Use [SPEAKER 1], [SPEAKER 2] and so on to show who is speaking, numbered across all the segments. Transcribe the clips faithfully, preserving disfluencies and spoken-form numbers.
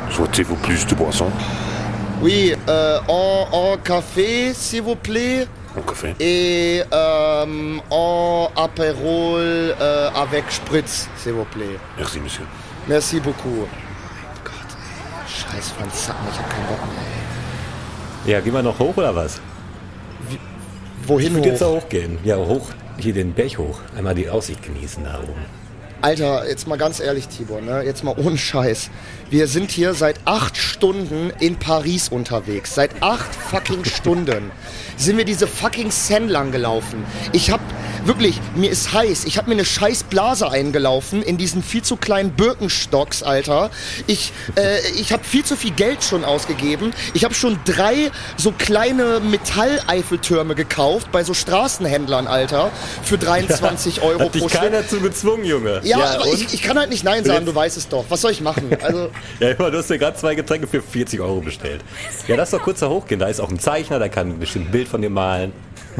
[SPEAKER 1] Souhaitez-vous plus de boisson?
[SPEAKER 2] Oui, euh, en, en café, s'il vous plaît.
[SPEAKER 1] Un café.
[SPEAKER 2] Et euh, en apérol euh, avec Spritz, s'il vous plaît.
[SPEAKER 1] Merci, monsieur.
[SPEAKER 2] Merci beaucoup. Oh mein Gott, ey. Scheiß Franz Zacken, ich hab keinen Bock mehr, ey.
[SPEAKER 3] Ja, gehen wir noch hoch oder was?
[SPEAKER 2] Wie, wohin
[SPEAKER 3] Ich würde
[SPEAKER 2] hoch?
[SPEAKER 3] jetzt da hochgehen. Ja, hoch. Hier den Berg hoch. Einmal die Aussicht genießen da oben.
[SPEAKER 2] Alter, jetzt mal ganz ehrlich, Tibor, ne? Jetzt mal ohne Scheiß. Wir sind hier seit acht Stunden in Paris unterwegs. Seit acht fucking Stunden sind wir diese fucking Seine lang gelaufen. Ich hab, wirklich, mir ist heiß. Ich hab mir eine scheiß Blase eingelaufen in diesen viel zu kleinen Birkenstocks, Alter. Ich, äh, ich hab viel zu viel Geld schon ausgegeben. Ich hab schon drei so kleine Metall-Eiffeltürme gekauft bei so Straßenhändlern, Alter, für dreiundzwanzig Euro
[SPEAKER 3] Hat dich
[SPEAKER 2] pro Stück.
[SPEAKER 3] keiner zu gezwungen, Junge.
[SPEAKER 2] Ja,
[SPEAKER 3] Ja,
[SPEAKER 2] aber
[SPEAKER 3] und?
[SPEAKER 2] ich, ich kann halt nicht Nein sagen, du weißt es doch. Was soll ich machen? Also,
[SPEAKER 3] Ja, du hast dir gerade zwei Getränke für vierzig Euro bestellt. Ja, lass doch kurz da hochgehen. Da ist auch ein Zeichner, der kann bestimmt ein Bild von dir malen.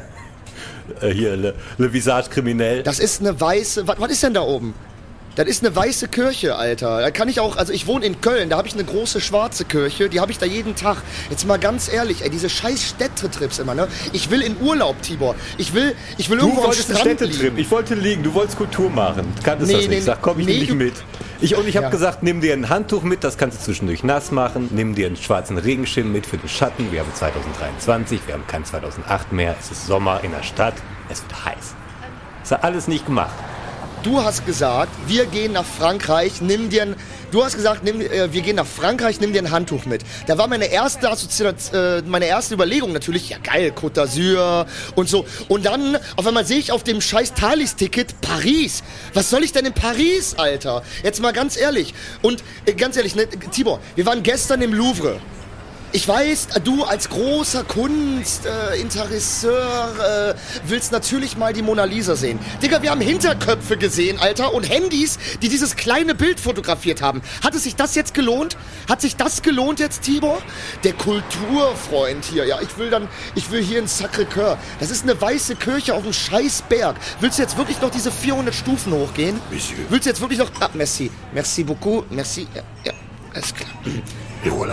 [SPEAKER 3] äh, hier, Le, Le Visage Kriminell.
[SPEAKER 2] das ist eine weiße... Was, was ist denn da oben? Das ist eine weiße Kirche, Alter. Da kann ich auch... Also ich wohne in Köln, da habe ich eine große schwarze Kirche. Die habe ich da jeden Tag. Jetzt mal ganz ehrlich, ey, diese scheiß Städtetrips immer, ne? Ich will in Urlaub, Tibor. Ich will, ich will
[SPEAKER 3] Du
[SPEAKER 2] irgendwo am
[SPEAKER 3] wolltest einen
[SPEAKER 2] Strand
[SPEAKER 3] Städtetrip.
[SPEAKER 2] liegen.
[SPEAKER 3] Ich wollte liegen. Du wolltest Kultur machen. Du kanntest
[SPEAKER 2] Nee,
[SPEAKER 3] das nicht.
[SPEAKER 2] nee,
[SPEAKER 3] Ich sag, komm, ich
[SPEAKER 2] nee,
[SPEAKER 3] nehme dich
[SPEAKER 2] du-
[SPEAKER 3] mit. Ich, und ich habe
[SPEAKER 2] Ja.
[SPEAKER 3] gesagt, nimm dir ein Handtuch mit, das kannst du zwischendurch nass machen. Nimm dir einen schwarzen Regenschirm mit für den Schatten. Wir haben zwanzig dreiundzwanzig, wir haben kein zweitausendacht mehr. Es ist Sommer in der Stadt. Es wird heiß. Das hat alles nicht gemacht.
[SPEAKER 2] Du hast gesagt, wir gehen nach Frankreich, nimm dir ein... Du hast gesagt, nimm, äh, wir gehen nach Frankreich, nimm dir ein Handtuch mit. Da war meine erste Assoziation, äh, meine erste Überlegung natürlich, ja geil, Côte d'Azur und so. Und dann, auf einmal sehe ich auf dem scheiß Thalys-Ticket Paris. Was soll ich denn in Paris, Alter? Jetzt mal ganz ehrlich. Und äh, ganz ehrlich, ne, Tibor, wir waren gestern im Louvre. Ich weiß, du als großer Kunstinteresseur äh, willst natürlich mal die Mona Lisa sehen. Digga, wir haben Hinterköpfe gesehen, Alter, und Handys, die dieses kleine Bild fotografiert haben. Hat es sich das jetzt gelohnt? Hat sich das gelohnt jetzt, Tibor? Der Kulturfreund hier, ja, ich will dann, ich will hier in Sacré-Cœur. Das ist eine weiße Kirche auf einem scheiß Berg. Willst du jetzt wirklich noch diese vierhundert Stufen hochgehen?
[SPEAKER 1] Monsieur.
[SPEAKER 2] Willst du jetzt wirklich noch... Ah, merci. Merci beaucoup. Merci. Ja, ja, alles klar.
[SPEAKER 1] Et voilà.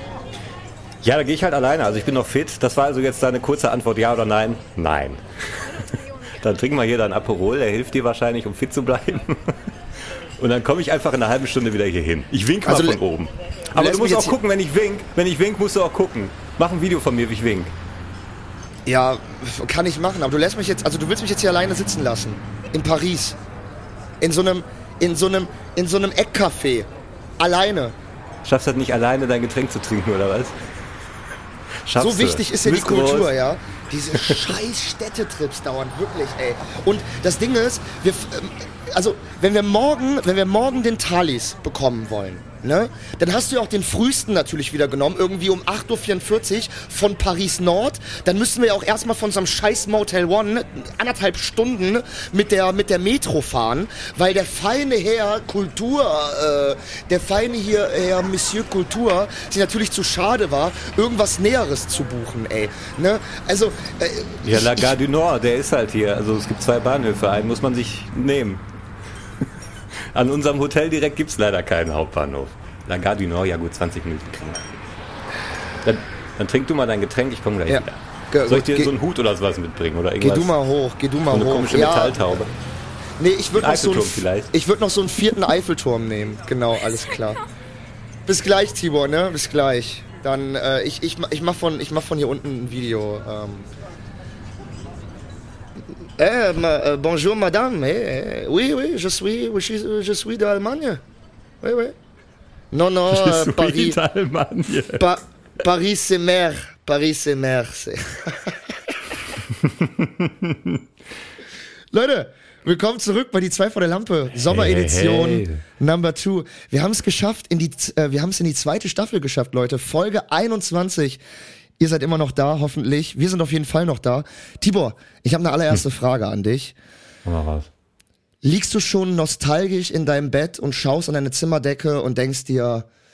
[SPEAKER 3] Ja, da gehe ich halt alleine. Also ich bin noch fit. Das war also jetzt deine kurze Antwort, ja oder nein? Nein. Dann trink mal hier dein Aperol, der hilft dir wahrscheinlich, um fit zu bleiben. Und dann komme ich einfach in einer halben Stunde wieder hier hin. Ich wink mal
[SPEAKER 2] Also,
[SPEAKER 3] von oben. Aber
[SPEAKER 2] lässt
[SPEAKER 3] du musst
[SPEAKER 2] mich
[SPEAKER 3] auch
[SPEAKER 2] jetzt
[SPEAKER 3] gucken, wenn ich wink. Wenn ich wink, musst du auch gucken. Mach ein Video von mir, wie ich wink.
[SPEAKER 2] Ja, kann ich machen, aber du lässt mich jetzt, also du willst mich jetzt hier alleine sitzen lassen. In Paris. In so einem, in so einem, in so einem Eckcafé. Alleine.
[SPEAKER 3] Schaffst du das nicht alleine, dein Getränk zu trinken, oder was? Schaffst
[SPEAKER 2] So wichtig
[SPEAKER 3] du.
[SPEAKER 2] ist ja
[SPEAKER 3] Du
[SPEAKER 2] die
[SPEAKER 3] bist groß.
[SPEAKER 2] Kultur, ja. Diese scheiß Städtetrips dauern, wirklich, ey. Und das Ding ist, wir, ähm, also, wenn wir morgen, wenn wir morgen den Thalys bekommen wollen, ne, dann hast du ja auch den frühesten natürlich wieder genommen, irgendwie um acht Uhr vierundvierzig von Paris Nord. Dann müssen wir ja auch erstmal von so einem scheiß Motel One anderthalb Stunden mit der, mit der Metro fahren, weil der feine Herr Kultur, äh, der feine hier, Herr Monsieur Kultur, sich natürlich zu schade war, irgendwas Näheres zu buchen, ey. Ne? Also, äh,
[SPEAKER 3] Ja,
[SPEAKER 2] ich-
[SPEAKER 3] La
[SPEAKER 2] ich-
[SPEAKER 3] Gare du Nord, der ist halt hier. Also es gibt zwei Bahnhöfe, einen muss man sich nehmen. An unserem Hotel direkt gibt es leider keinen Hauptbahnhof. La Gare du Nord, ja gut, zwanzig Minuten kriegen wir. Dann, dann trink du mal dein Getränk, ich komme gleich
[SPEAKER 2] Ja.
[SPEAKER 3] wieder.
[SPEAKER 2] Ge-
[SPEAKER 3] Soll ich dir
[SPEAKER 2] ge-
[SPEAKER 3] so einen Hut oder sowas mitbringen? Oder
[SPEAKER 2] Geh
[SPEAKER 3] irgendwas?
[SPEAKER 2] du mal hoch, geh du mal
[SPEAKER 3] so eine
[SPEAKER 2] hoch.
[SPEAKER 3] komische
[SPEAKER 2] Ja,
[SPEAKER 3] Metalltaube.
[SPEAKER 2] nee, ich würde noch, so einen-
[SPEAKER 3] Eiffelturm vielleicht.
[SPEAKER 2] ich würd noch so einen vierten Eiffelturm nehmen. Genau, alles klar. Bis gleich, Tibor, ne? Bis gleich. Dann, äh, ich, ich, ich, mach von, ich mach von hier unten ein Video. Ähm. Eh, ma, äh, bonjour, madame. Eh, eh, oui, oui, je suis, je suis, je suis d'Allemagne. Oui, oui. Non, non, euh, Paris.
[SPEAKER 3] Allemagne.
[SPEAKER 2] Pa Paris, c'est mer. Paris, c'est mer. c'est- Leute, willkommen zurück bei die zwei vor der Lampe. Sommeredition
[SPEAKER 3] Hey, hey.
[SPEAKER 2] Number Two. Wir haben es geschafft, in die, äh, wir haben es in die zweite Staffel geschafft, Leute. Folge einundzwanzig. Ihr seid immer noch da, hoffentlich. Wir sind auf jeden Fall noch da. Tibor, ich habe eine allererste Frage an dich.
[SPEAKER 3] Mal was.
[SPEAKER 2] Liegst du schon nostalgisch in deinem Bett und schaust an deine Zimmerdecke und denkst dir,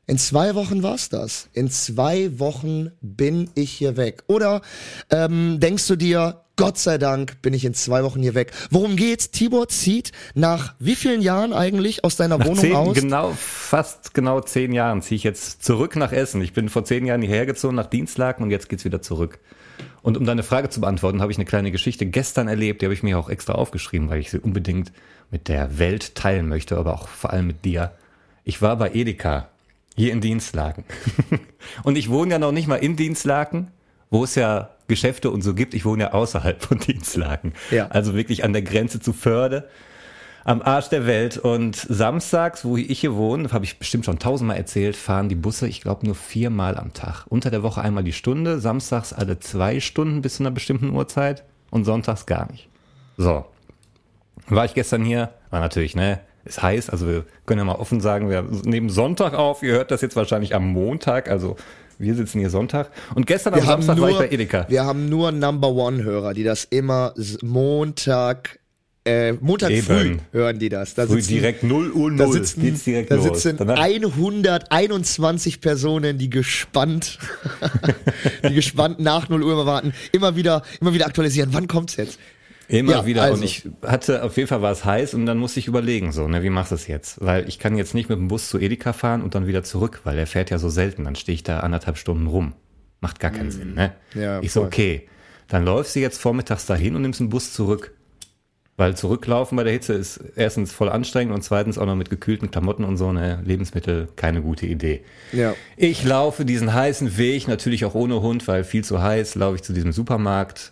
[SPEAKER 2] In zwei Wochen war's das. In zwei Wochen bin ich hier weg. Oder ähm, denkst du dir, Gott sei Dank bin ich in zwei Wochen hier weg. Worum geht's? Tibor zieht nach wie vielen Jahren eigentlich aus deiner
[SPEAKER 3] nach
[SPEAKER 2] Wohnung
[SPEAKER 3] zehn,
[SPEAKER 2] aus?
[SPEAKER 3] Genau, fast genau zehn Jahren ziehe ich jetzt zurück nach Essen. Ich bin vor zehn Jahren hierher gezogen nach Dienstlaken und jetzt geht's wieder zurück. Und um deine Frage zu beantworten, habe ich eine kleine Geschichte gestern erlebt, die habe ich mir auch extra aufgeschrieben, weil ich sie unbedingt mit der Welt teilen möchte, aber auch vor allem mit dir. Ich war bei Edeka, hier in Dienstlaken. Und ich wohne ja noch nicht mal in Dienstlaken, wo es ja Geschäfte und so gibt. Ich wohne ja außerhalb von Dienstlaken.
[SPEAKER 2] Ja.
[SPEAKER 3] Also wirklich an der Grenze zu Förde, am Arsch der Welt. Und samstags, wo ich hier wohne, habe ich bestimmt schon tausendmal erzählt, fahren die Busse, ich glaube, nur viermal am Tag. Unter der Woche einmal die Stunde, samstags alle zwei Stunden bis zu einer bestimmten Uhrzeit und sonntags gar nicht. So, war ich gestern hier, war natürlich, ne, ist heiß, also wir können ja mal offen sagen, wir nehmen Sonntag auf, ihr hört das jetzt wahrscheinlich am Montag, also wir sitzen hier Sonntag. Und gestern
[SPEAKER 2] wir
[SPEAKER 3] am
[SPEAKER 2] haben
[SPEAKER 3] Samstag
[SPEAKER 2] nur,
[SPEAKER 3] war ich bei Edeka.
[SPEAKER 2] Wir haben nur Number-One-Hörer, die das immer s- Montag, äh, Montag
[SPEAKER 3] Eben.
[SPEAKER 2] früh hören die das. Da
[SPEAKER 3] Früh
[SPEAKER 2] sitzen,
[SPEAKER 3] direkt null Uhr null,
[SPEAKER 2] da sitzen,
[SPEAKER 3] geht's direkt
[SPEAKER 2] da
[SPEAKER 3] los.
[SPEAKER 2] sitzen
[SPEAKER 3] Danach-
[SPEAKER 2] hunderteinundzwanzig Personen, die gespannt, die gespannt nach null Uhr immer warten, immer wieder, immer wieder aktualisieren. Wann kommt's jetzt?
[SPEAKER 3] Immer
[SPEAKER 2] Ja,
[SPEAKER 3] wieder.
[SPEAKER 2] also.
[SPEAKER 3] Und ich hatte, auf jeden Fall war es heiß und dann musste ich überlegen, so, ne, wie machst du es jetzt? Weil ich kann jetzt nicht mit dem Bus zu Edeka fahren und dann wieder zurück, weil er fährt ja so selten. Dann stehe ich da anderthalb Stunden rum. Macht gar keinen Sinn, ne?
[SPEAKER 2] Ja,
[SPEAKER 3] ich so,
[SPEAKER 2] voll.
[SPEAKER 3] okay, dann läufst du jetzt vormittags dahin und nimmst den Bus zurück. Weil zurücklaufen bei der Hitze ist erstens voll anstrengend und zweitens auch noch mit gekühlten Klamotten und so, ne, Lebensmittel, keine gute Idee.
[SPEAKER 2] Ja.
[SPEAKER 3] Ich laufe diesen heißen Weg, natürlich auch ohne Hund, weil viel zu heiß, laufe ich zu diesem Supermarkt.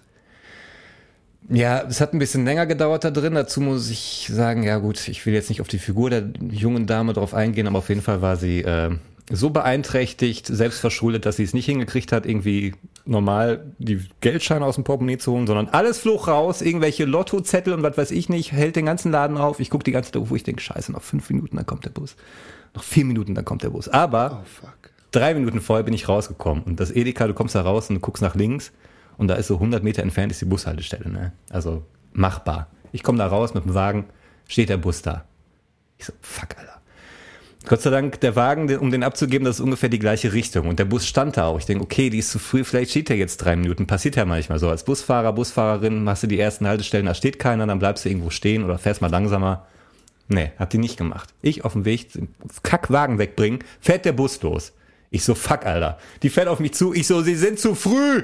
[SPEAKER 3] Ja, es hat ein bisschen länger gedauert da drin. Dazu muss ich sagen, ja gut, ich will jetzt nicht auf die Figur der jungen Dame drauf eingehen, aber auf jeden Fall war sie äh, so beeinträchtigt, selbst verschuldet, dass sie es nicht hingekriegt hat, irgendwie normal die Geldscheine aus dem Portemonnaie zu holen, sondern alles flog raus, irgendwelche Lottozettel und was weiß ich nicht, hält den ganzen Laden auf. Ich gucke die ganze Zeit auf, wo ich denke, scheiße, noch fünf Minuten, dann kommt der Bus. Noch vier Minuten, dann kommt der Bus. Aber
[SPEAKER 2] Oh, fuck.
[SPEAKER 3] drei Minuten vorher bin ich rausgekommen und das Edeka, du kommst da raus und du guckst nach links und da ist so hundert Meter entfernt ist die Bushaltestelle, ne? Also machbar. Ich komme da raus mit dem Wagen, steht der Bus da. Ich so, fuck, Alter. Gott sei Dank, der Wagen, um den abzugeben, das ist ungefähr die gleiche Richtung. Und der Bus stand da auch. Ich denke, okay, die ist zu früh, vielleicht steht der jetzt drei Minuten. Passiert ja manchmal so. Als Busfahrer, Busfahrerin machst du die ersten Haltestellen, da steht keiner, dann bleibst du irgendwo stehen oder fährst mal langsamer. Nee, hat die nicht gemacht. Ich auf dem Weg, den Kackwagen wegbringen, fährt der Bus los. Ich so, fuck, Alter. Die fährt auf mich zu. Ich so, sie sind zu früh.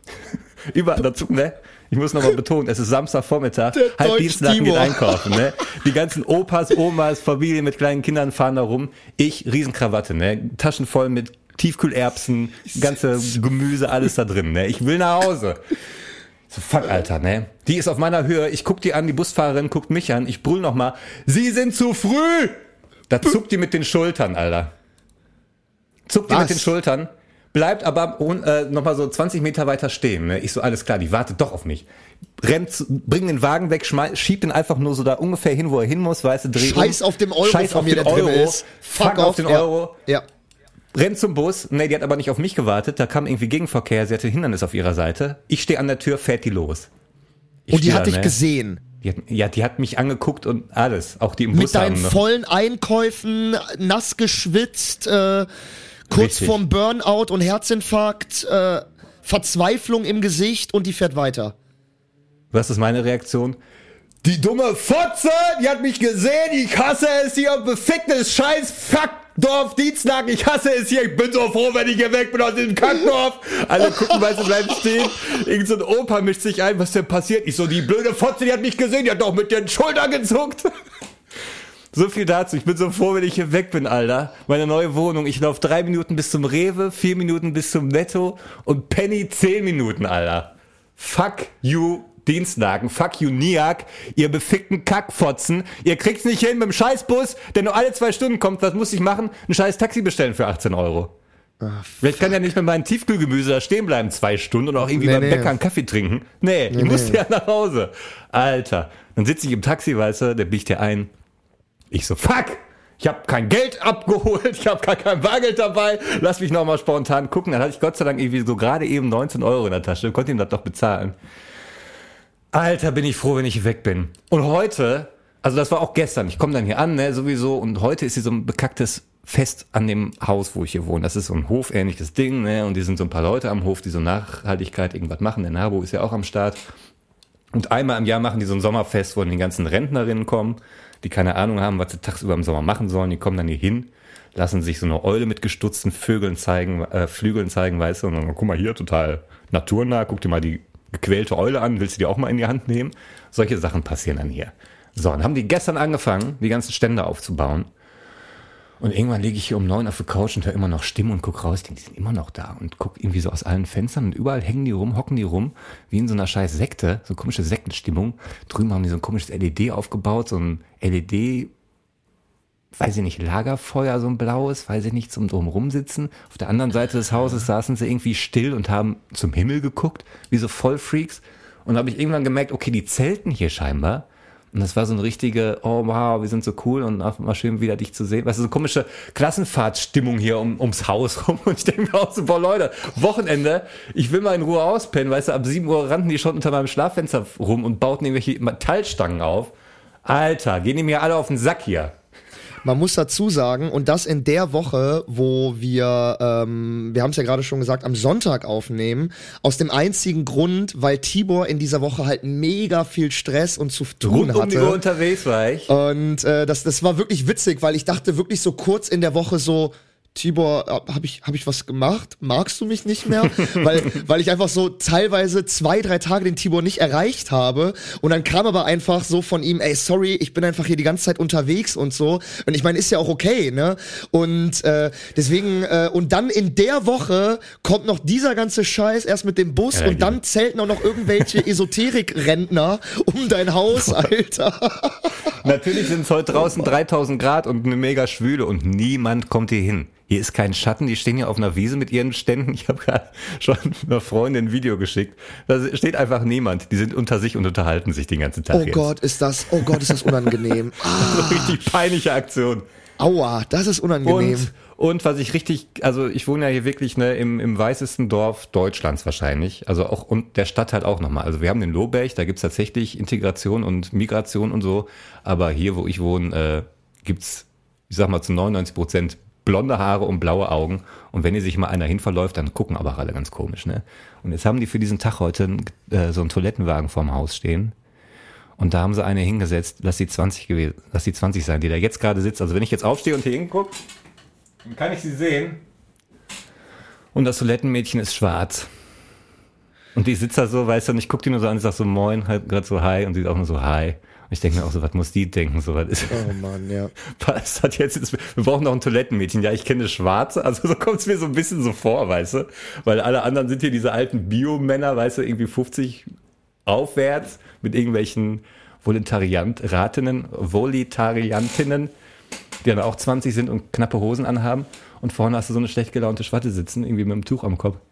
[SPEAKER 3] Überall dazu, ne? Ich muss nochmal betonen, es ist Samstagvormittag,
[SPEAKER 2] Der
[SPEAKER 3] halb
[SPEAKER 2] Deutsch
[SPEAKER 3] Dienstlaken geht
[SPEAKER 2] Tibor.
[SPEAKER 3] einkaufen, ne? Die ganzen Opas, Omas, Familien mit kleinen Kindern fahren da rum. Ich, Riesenkrawatte, ne? Taschen voll mit Tiefkühlerbsen, ganze Gemüse, alles da drin, ne? Ich will nach Hause. So, fuck, Alter, ne? Die ist auf meiner Höhe, ich guck die an, die Busfahrerin guckt mich an, ich brüll nochmal, sie sind zu früh! Da zuckt die mit den Schultern, Alter. Zuckt die
[SPEAKER 2] Was?
[SPEAKER 3] mit den Schultern. Bleibt aber äh, nochmal so zwanzig Meter weiter stehen. Ne? Ich so, alles klar, die wartet doch auf mich. Rennt, zu- bring den Wagen weg, schmeiß, schiebt ihn einfach nur so da ungefähr hin, wo er hin muss, weißt du, dreh
[SPEAKER 2] Scheiß
[SPEAKER 3] um,
[SPEAKER 2] auf dem Euro
[SPEAKER 3] Scheiß
[SPEAKER 2] von
[SPEAKER 3] auf
[SPEAKER 2] mir,
[SPEAKER 3] den
[SPEAKER 2] der drin
[SPEAKER 3] Euro,
[SPEAKER 2] ist.
[SPEAKER 3] fuck auf den
[SPEAKER 2] ja.
[SPEAKER 3] Euro,
[SPEAKER 2] Ja.
[SPEAKER 3] rennt zum Bus. Nee, die hat aber nicht auf mich gewartet, da kam irgendwie Gegenverkehr, sie hatte ein Hindernis auf ihrer Seite. Ich stehe an der Tür, fährt die los. Ich
[SPEAKER 2] Und die
[SPEAKER 3] steh
[SPEAKER 2] hat
[SPEAKER 3] da,
[SPEAKER 2] dich
[SPEAKER 3] ne?
[SPEAKER 2] gesehen.
[SPEAKER 3] Die hat, ja, die hat mich angeguckt und alles, auch die im
[SPEAKER 2] Mit
[SPEAKER 3] Bus
[SPEAKER 2] deinen
[SPEAKER 3] haben noch.
[SPEAKER 2] vollen Einkäufen, nass geschwitzt, äh, kurz
[SPEAKER 3] Richtig.
[SPEAKER 2] vorm Burnout und Herzinfarkt, äh, Verzweiflung im Gesicht und die fährt weiter.
[SPEAKER 3] Was ist meine Reaktion? Die dumme Fotze, die hat mich gesehen, ich hasse es hier, beficktes Scheiß, fuck, Dorf, Dienstlaken, ich hasse es hier, ich bin so froh, wenn ich hier weg bin aus diesem Kackdorf. Alle gucken, weil sie bleiben stehen. Irgend so ein Opa mischt sich ein, was denn passiert? Ich so, die blöde Fotze, die hat mich gesehen, die hat doch mit den Schultern gezuckt. So viel dazu, ich bin so froh, wenn ich hier weg bin, Alter. Meine neue Wohnung, ich laufe drei Minuten bis zum Rewe, vier Minuten bis zum Netto und Penny zehn Minuten, Alter. Fuck you, Dienstlaken, fuck you, Niak, ihr befickten Kackfotzen. Ihr kriegt's nicht hin mit dem Scheißbus, der nur alle zwei Stunden kommt. Was muss ich machen? Ein scheiß Taxi bestellen für achtzehn Euro. Ich kann ja nicht mit meinem Tiefkühlgemüse da stehen bleiben zwei Stunden und auch irgendwie
[SPEAKER 2] Nee,
[SPEAKER 3] beim
[SPEAKER 2] nee.
[SPEAKER 3] Bäcker einen Kaffee trinken. Nee, ich muss ja nach Hause. Alter, dann sitze ich im Taxi, weißt du, der biegt dir ein. Ich so, fuck, ich habe kein Geld abgeholt, ich habe gar kein Bargeld dabei, lass mich nochmal spontan gucken. Dann hatte ich Gott sei Dank irgendwie so gerade eben neunzehn Euro in der Tasche, konnte ihm das doch bezahlen. Alter, bin ich froh, wenn ich weg bin. Und heute, also das war auch gestern, ich komme dann hier an, ne, sowieso, und heute ist hier so ein bekacktes fest an dem Haus, wo ich hier wohne. Das ist so ein hofähnliches Ding, ne? Und die sind so ein paar Leute am Hof, die so Nachhaltigkeit irgendwas machen. Der Nabo ist ja auch am Start. Und einmal im Jahr machen die so ein Sommerfest, wo dann die ganzen Rentnerinnen kommen, die keine Ahnung haben, was sie tagsüber im Sommer machen sollen. Die kommen dann hier hin, lassen sich so eine Eule mit gestutzten Vögeln zeigen, äh, Flügeln zeigen, weißt du, und dann, guck mal hier, total naturnah, guck dir mal die gequälte Eule an, willst du die auch mal in die Hand nehmen? Solche Sachen passieren dann hier. So, dann haben die gestern angefangen, die ganzen Stände aufzubauen. Und irgendwann liege ich hier um neun auf der Couch und höre immer noch Stimmen und guck raus, ich denke, die sind immer noch da und guck irgendwie so aus allen Fenstern und überall hängen die rum, hocken die rum, wie in so einer scheiß Sekte, so eine komische Sektenstimmung. Drüben haben die so ein komisches L E D aufgebaut, so ein L E D, weiß ich nicht, Lagerfeuer, so ein blaues, weiß ich nicht, zum drumrum sitzen. Auf der anderen Seite des Hauses saßen sie irgendwie still und haben zum Himmel geguckt, wie so Vollfreaks. Und da habe ich irgendwann gemerkt, okay, die zelten hier scheinbar. Und das war so eine richtige, oh wow, wir sind so cool und auch mal schön wieder dich zu sehen. Weißt du, so eine komische Klassenfahrtstimmung hier um, ums Haus rum. Und ich denke mir auch so, boah Leute, Wochenende, ich will mal in Ruhe auspennen. Weißt du, ab sieben Uhr rannten die schon unter meinem Schlaffenster rum und bauten irgendwelche Metallstangen auf. Alter, gehen die mir alle auf den Sack hier.
[SPEAKER 2] Man muss dazu sagen, und das in der Woche, wo wir, ähm, wir haben es ja gerade schon gesagt, am Sonntag aufnehmen, aus dem einzigen Grund, weil Tibor in dieser Woche halt mega viel Stress und zu tun
[SPEAKER 3] Rund um die Uhr
[SPEAKER 2] hatte.
[SPEAKER 3] unterwegs war ich.
[SPEAKER 2] Und äh, das, das war wirklich witzig, weil ich dachte wirklich so kurz in der Woche so, Tibor, habe ich, hab ich was gemacht? Magst du mich nicht mehr? weil, weil ich einfach so teilweise zwei, drei Tage den Tibor nicht erreicht habe. Und dann kam aber einfach so von ihm, ey, sorry, ich bin einfach hier die ganze Zeit unterwegs und so. Und ich meine, ist ja auch okay, ne? Und äh, deswegen, äh, und dann in der Woche kommt noch dieser ganze Scheiß erst mit dem Bus
[SPEAKER 3] ja,
[SPEAKER 2] und dann zelten auch noch irgendwelche Esoterik-Rentner um dein Haus, Alter.
[SPEAKER 3] Natürlich sind es heute draußen dreitausend Grad und eine mega Schwüle und niemand kommt hier hin. Hier ist kein Schatten, die stehen hier auf einer Wiese mit ihren Ständen. Ich habe gerade schon einer Freundin ein Video geschickt. Da steht einfach niemand. Die sind unter sich und unterhalten sich den ganzen Tag.
[SPEAKER 2] Oh
[SPEAKER 3] jetzt.
[SPEAKER 2] Gott, ist das, oh Gott, ist das unangenehm. Ah,
[SPEAKER 3] So richtig peinliche Aktion.
[SPEAKER 2] aua, das ist unangenehm.
[SPEAKER 3] Und, und was ich richtig, also ich wohne ja hier wirklich ne, im, im weißesten Dorf Deutschlands wahrscheinlich. Also auch und der Stadt halt auch nochmal. Also wir haben den Lohberg, da gibt's tatsächlich Integration und Migration und so. Aber hier, wo ich wohne, äh, gibt's, ich sag mal, zu neunundneunzig Prozent blonde Haare und blaue Augen. Und wenn hier sich mal einer hinverläuft, dann gucken aber auch alle ganz komisch, ne? Und jetzt haben die für diesen Tag heute äh, so einen Toilettenwagen vorm Haus stehen. Und da haben sie eine hingesetzt, lass die zwanzig gewesen, lass die zwanzig sein, die da jetzt gerade sitzt. Also wenn ich jetzt aufstehe und hier hingucke, dann kann ich sie sehen. Und das Toilettenmädchen ist schwarz. Und die sitzt da so, weißt du, und ich gucke die nur so an, ich sag so moin, halt gerade so hi, und sie ist auch nur so hi. Und ich denke mir auch so, was muss die denken, so was ist.
[SPEAKER 2] Oh Mann, ja.
[SPEAKER 3] Was hat jetzt, jetzt, wir brauchen noch ein Toilettenmädchen. Ja, ich kenne das Schwarze, also so kommt es mir so ein bisschen so vor, weißt du. Weil alle anderen sind hier diese alten Biomänner, weißt du, irgendwie fünfzig aufwärts mit irgendwelchen Volontariantinnen, Volontariantinnen, die dann auch zwanzig sind und knappe Hosen anhaben. Und vorne hast du so eine schlecht gelaunte Schwatte sitzen, irgendwie mit einem Tuch am Kopf.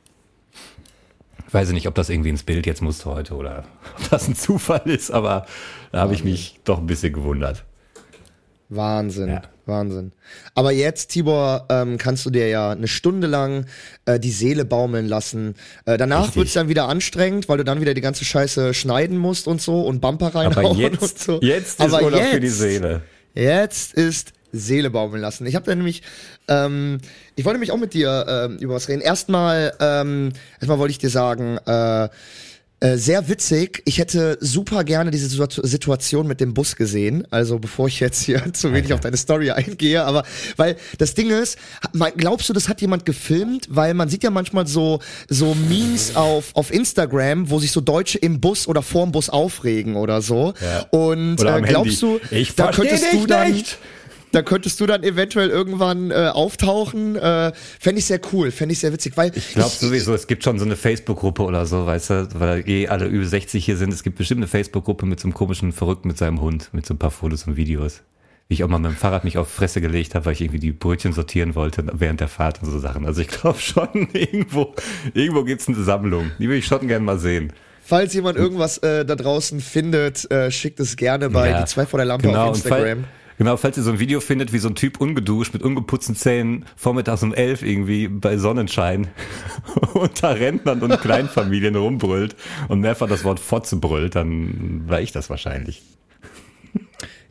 [SPEAKER 3] Ich weiß nicht, ob das irgendwie ins Bild jetzt musste heute oder ob das ein Zufall ist, aber da habe ich mich doch ein bisschen gewundert.
[SPEAKER 2] Wahnsinn,
[SPEAKER 3] Ja.
[SPEAKER 2] Wahnsinn. Aber jetzt, Tibor, ähm, kannst du dir ja eine Stunde lang äh, die Seele baumeln lassen. Äh, danach
[SPEAKER 3] Richtig.
[SPEAKER 2] wird's dann wieder anstrengend, weil du dann wieder die ganze Scheiße schneiden musst und so und Bumper reinhauen
[SPEAKER 3] Aber jetzt,
[SPEAKER 2] und so.
[SPEAKER 3] jetzt ist
[SPEAKER 2] Aber
[SPEAKER 3] Urlaub
[SPEAKER 2] jetzt,
[SPEAKER 3] für die Seele.
[SPEAKER 2] Jetzt ist Seele baumeln lassen. Ich habe da nämlich, ähm, ich wollte nämlich auch mit dir ähm, über was reden. Erstmal, ähm, erstmal wollte ich dir sagen, äh, äh, sehr witzig. Ich hätte super gerne diese Situ- Situation mit dem Bus gesehen. Also bevor ich jetzt hier zu wenig
[SPEAKER 3] Okay.
[SPEAKER 2] auf deine Story eingehe, aber weil das Ding ist, man- glaubst du, das hat jemand gefilmt? Weil man sieht ja manchmal so so Memes auf auf Instagram, wo sich so Deutsche im Bus oder vorm Bus aufregen oder so.
[SPEAKER 3] Ja.
[SPEAKER 2] Und
[SPEAKER 3] Oder
[SPEAKER 2] äh,
[SPEAKER 3] am
[SPEAKER 2] glaubst
[SPEAKER 3] Handy.
[SPEAKER 2] du,
[SPEAKER 3] Ich
[SPEAKER 2] da
[SPEAKER 3] versteh
[SPEAKER 2] könntest
[SPEAKER 3] dich
[SPEAKER 2] du dann
[SPEAKER 3] nicht.
[SPEAKER 2] Da könntest du dann eventuell irgendwann äh, auftauchen. Äh, Fände ich sehr cool, fände ich sehr witzig. Weil
[SPEAKER 3] Ich glaube sowieso, es gibt schon so eine Facebook-Gruppe oder so, weißt du, weil eh alle über sechzig hier sind. Es gibt bestimmt eine Facebook-Gruppe mit so einem komischen Verrückten mit seinem Hund, mit so ein paar Fotos und Videos. Wie ich auch mal mit dem Fahrrad mich auf Fresse gelegt habe, weil ich irgendwie die Brötchen sortieren wollte während der Fahrt und so Sachen. Also ich glaube schon, irgendwo, irgendwo gibt's eine Sammlung. Die will ich schon gerne mal sehen.
[SPEAKER 2] Falls jemand irgendwas äh, da draußen findet, äh, schickt es gerne bei
[SPEAKER 3] Ja,
[SPEAKER 2] die zwei vor der Lampe
[SPEAKER 3] genau,
[SPEAKER 2] auf
[SPEAKER 3] und fall-
[SPEAKER 2] Instagram.
[SPEAKER 3] Genau, falls ihr so ein Video findet, wie so ein Typ ungeduscht mit ungeputzten Zähnen vormittags um elf irgendwie bei Sonnenschein unter Rentnern und Kleinfamilien rumbrüllt und mehrfach das Wort Fotze brüllt, dann war ich das wahrscheinlich.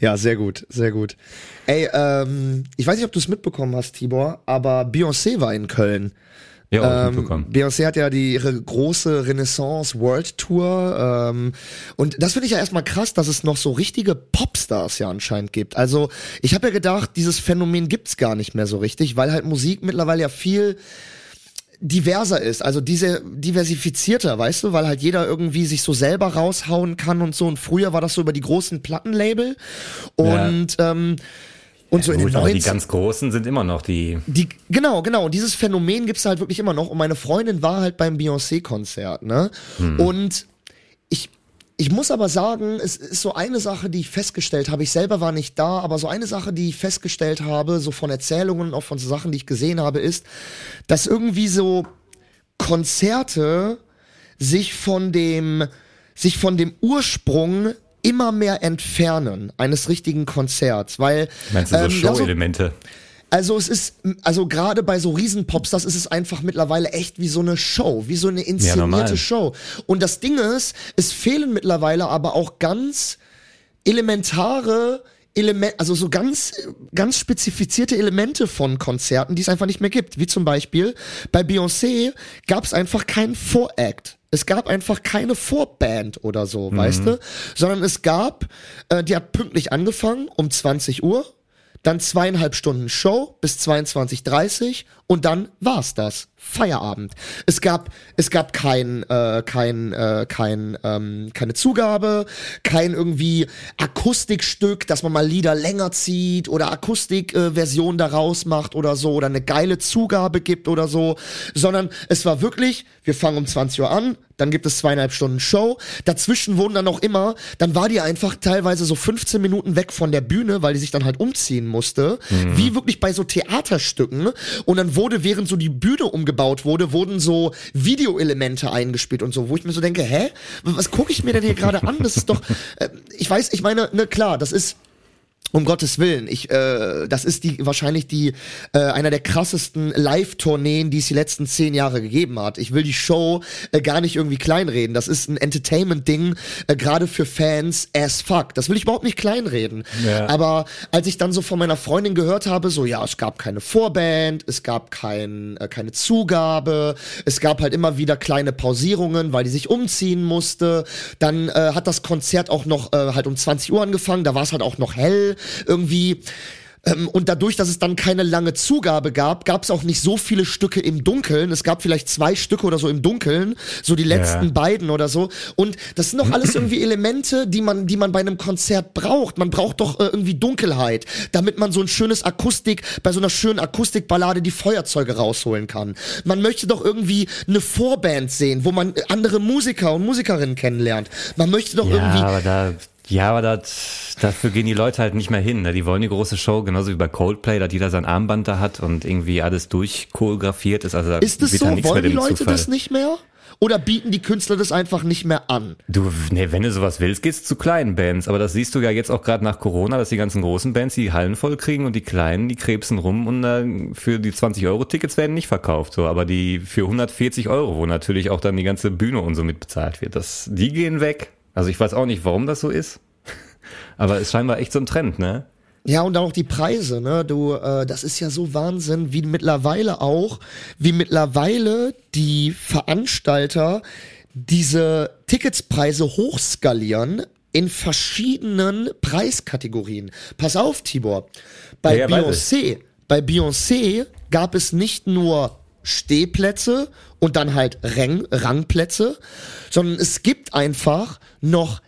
[SPEAKER 2] Ja, sehr gut, sehr gut. Ey, ähm, ich weiß nicht, ob du es mitbekommen hast, Tibor, aber Beyoncé war in Köln.
[SPEAKER 3] Ja, auch
[SPEAKER 2] Ähm,
[SPEAKER 3] mitbekommen.
[SPEAKER 2] Beyoncé hat ja die, ihre große Renaissance World Tour ähm, und das finde ich ja erstmal krass, dass es noch so richtige Popstars ja anscheinend gibt. Also ich habe ja gedacht, dieses Phänomen gibt's gar nicht mehr so richtig, weil halt Musik mittlerweile ja viel diverser ist, also diese diversifizierter, weißt du, weil halt jeder irgendwie sich so selber raushauen kann und so und früher war das so über die großen Plattenlabel und ja. ähm, und so
[SPEAKER 3] ja,
[SPEAKER 2] in
[SPEAKER 3] gut,
[SPEAKER 2] den neunzig
[SPEAKER 3] die ganz Großen sind immer noch die...
[SPEAKER 2] Die, genau, genau. Und dieses Phänomen gibt's halt wirklich immer noch. Und meine Freundin war halt beim Beyoncé-Konzert, ne? Hm. Und ich, ich muss aber sagen, es ist so eine Sache, die ich festgestellt habe. Ich selber war nicht da, aber so eine Sache, die ich festgestellt habe, so von Erzählungen, auch von so Sachen, die ich gesehen habe, ist, dass irgendwie so Konzerte sich von dem, sich von dem Ursprung immer mehr entfernen eines richtigen Konzerts, weil
[SPEAKER 3] meinst du so
[SPEAKER 2] ähm,
[SPEAKER 3] Show-Elemente?
[SPEAKER 2] Also, also es ist, also gerade bei so Riesen-Popstars ist es einfach mittlerweile echt wie so eine Show, wie so eine inszenierte
[SPEAKER 3] ja,
[SPEAKER 2] Show. Und das Ding ist, es fehlen mittlerweile aber auch ganz elementare Elemente, also so ganz, ganz spezifizierte Elemente von Konzerten, die es einfach nicht mehr gibt. Wie zum Beispiel, bei Beyoncé gab es einfach keinen Voract. Es gab einfach keine Vorband oder so, mhm. weißt du? Sondern es gab, äh, die hat pünktlich angefangen um zwanzig Uhr, dann zweieinhalb Stunden Show bis zweiundzwanzig Uhr dreißig und dann war's das. Feierabend. Es gab, es gab kein, äh, kein, äh, kein, ähm, keine Zugabe, kein irgendwie Akustikstück, dass man mal Lieder länger zieht oder Akustikversion äh, daraus macht oder so oder eine geile Zugabe gibt oder so, sondern es war wirklich, wir fangen um zwanzig Uhr an, dann gibt es zweieinhalb Stunden Show, dazwischen wurden dann auch immer, dann war die einfach teilweise so fünfzehn Minuten weg von der Bühne, weil die sich dann halt umziehen musste, mhm. wie wirklich bei so Theaterstücken und dann wurde, während so die Bühne umgebaut wurde, wurden so Videoelemente eingespielt und so, wo ich mir so denke, hä, was gucke ich mir denn hier gerade an? Das ist doch, äh, ich weiß, ich meine, ne, klar, das ist um Gottes Willen, ich, äh, das ist die wahrscheinlich die äh, einer der krassesten Live-Tourneen, die es die letzten zehn Jahre gegeben hat. Ich will die Show äh, gar nicht irgendwie kleinreden. Das ist ein Entertainment-Ding, äh, gerade für Fans as fuck. Das will ich überhaupt nicht kleinreden. Ja. Aber als ich dann so von meiner Freundin gehört habe, so ja, es gab keine Vorband, es gab kein, äh, keine Zugabe, es gab halt immer wieder kleine Pausierungen, weil die sich umziehen musste. Dann äh, hat das Konzert auch noch äh, halt um zwanzig Uhr angefangen, da war es halt auch noch hell. Irgendwie ähm, und dadurch, dass es dann keine lange Zugabe gab, gab es auch nicht so viele Stücke im Dunkeln. Es gab vielleicht zwei Stücke oder so im Dunkeln, so die letzten ja. beiden oder so. Und das sind doch alles irgendwie Elemente, die man, die man bei einem Konzert braucht. Man braucht doch äh, irgendwie Dunkelheit, damit man so ein schönes Akustik, bei so einer schönen Akustikballade die Feuerzeuge rausholen kann. Man möchte doch irgendwie eine Vorband sehen, wo man andere Musiker und Musikerinnen kennenlernt. Man möchte doch
[SPEAKER 3] ja,
[SPEAKER 2] irgendwie...
[SPEAKER 3] Aber da Ja, aber das, dafür gehen die Leute halt nicht mehr hin. Ne? Die wollen die große Show, genauso wie bei Coldplay, dass jeder sein Armband da hat und irgendwie alles durchchoreografiert ist. Also da
[SPEAKER 2] ist das
[SPEAKER 3] wird
[SPEAKER 2] so?
[SPEAKER 3] da nichts
[SPEAKER 2] Wollen
[SPEAKER 3] mehr
[SPEAKER 2] die Leute
[SPEAKER 3] Zufall.
[SPEAKER 2] das nicht mehr? Oder bieten die Künstler das einfach nicht mehr an?
[SPEAKER 3] Du, nee, wenn du sowas willst, geht's zu kleinen Bands. Aber das siehst du ja jetzt auch gerade nach Corona, dass die ganzen großen Bands die Hallen voll kriegen und die kleinen, die krebsen rum und äh, für die zwanzig Euro Tickets werden nicht verkauft. So, aber die für hundertvierzig Euro, wo natürlich auch dann die ganze Bühne und so mitbezahlt wird, das, die gehen weg. Also ich weiß auch nicht, warum das so ist. Aber es ist scheinbar echt so ein Trend, ne?
[SPEAKER 2] Ja, und auch die Preise, ne? Du, äh, das ist ja so Wahnsinn, wie mittlerweile auch, wie mittlerweile die Veranstalter diese Ticketspreise hochskalieren in verschiedenen Preiskategorien. Pass auf, Tibor. Bei
[SPEAKER 3] ja, ja,
[SPEAKER 2] Beyoncé, bei Beyoncé gab es nicht nur Stehplätze und dann halt Rang, Rangplätze, sondern es gibt einfach noch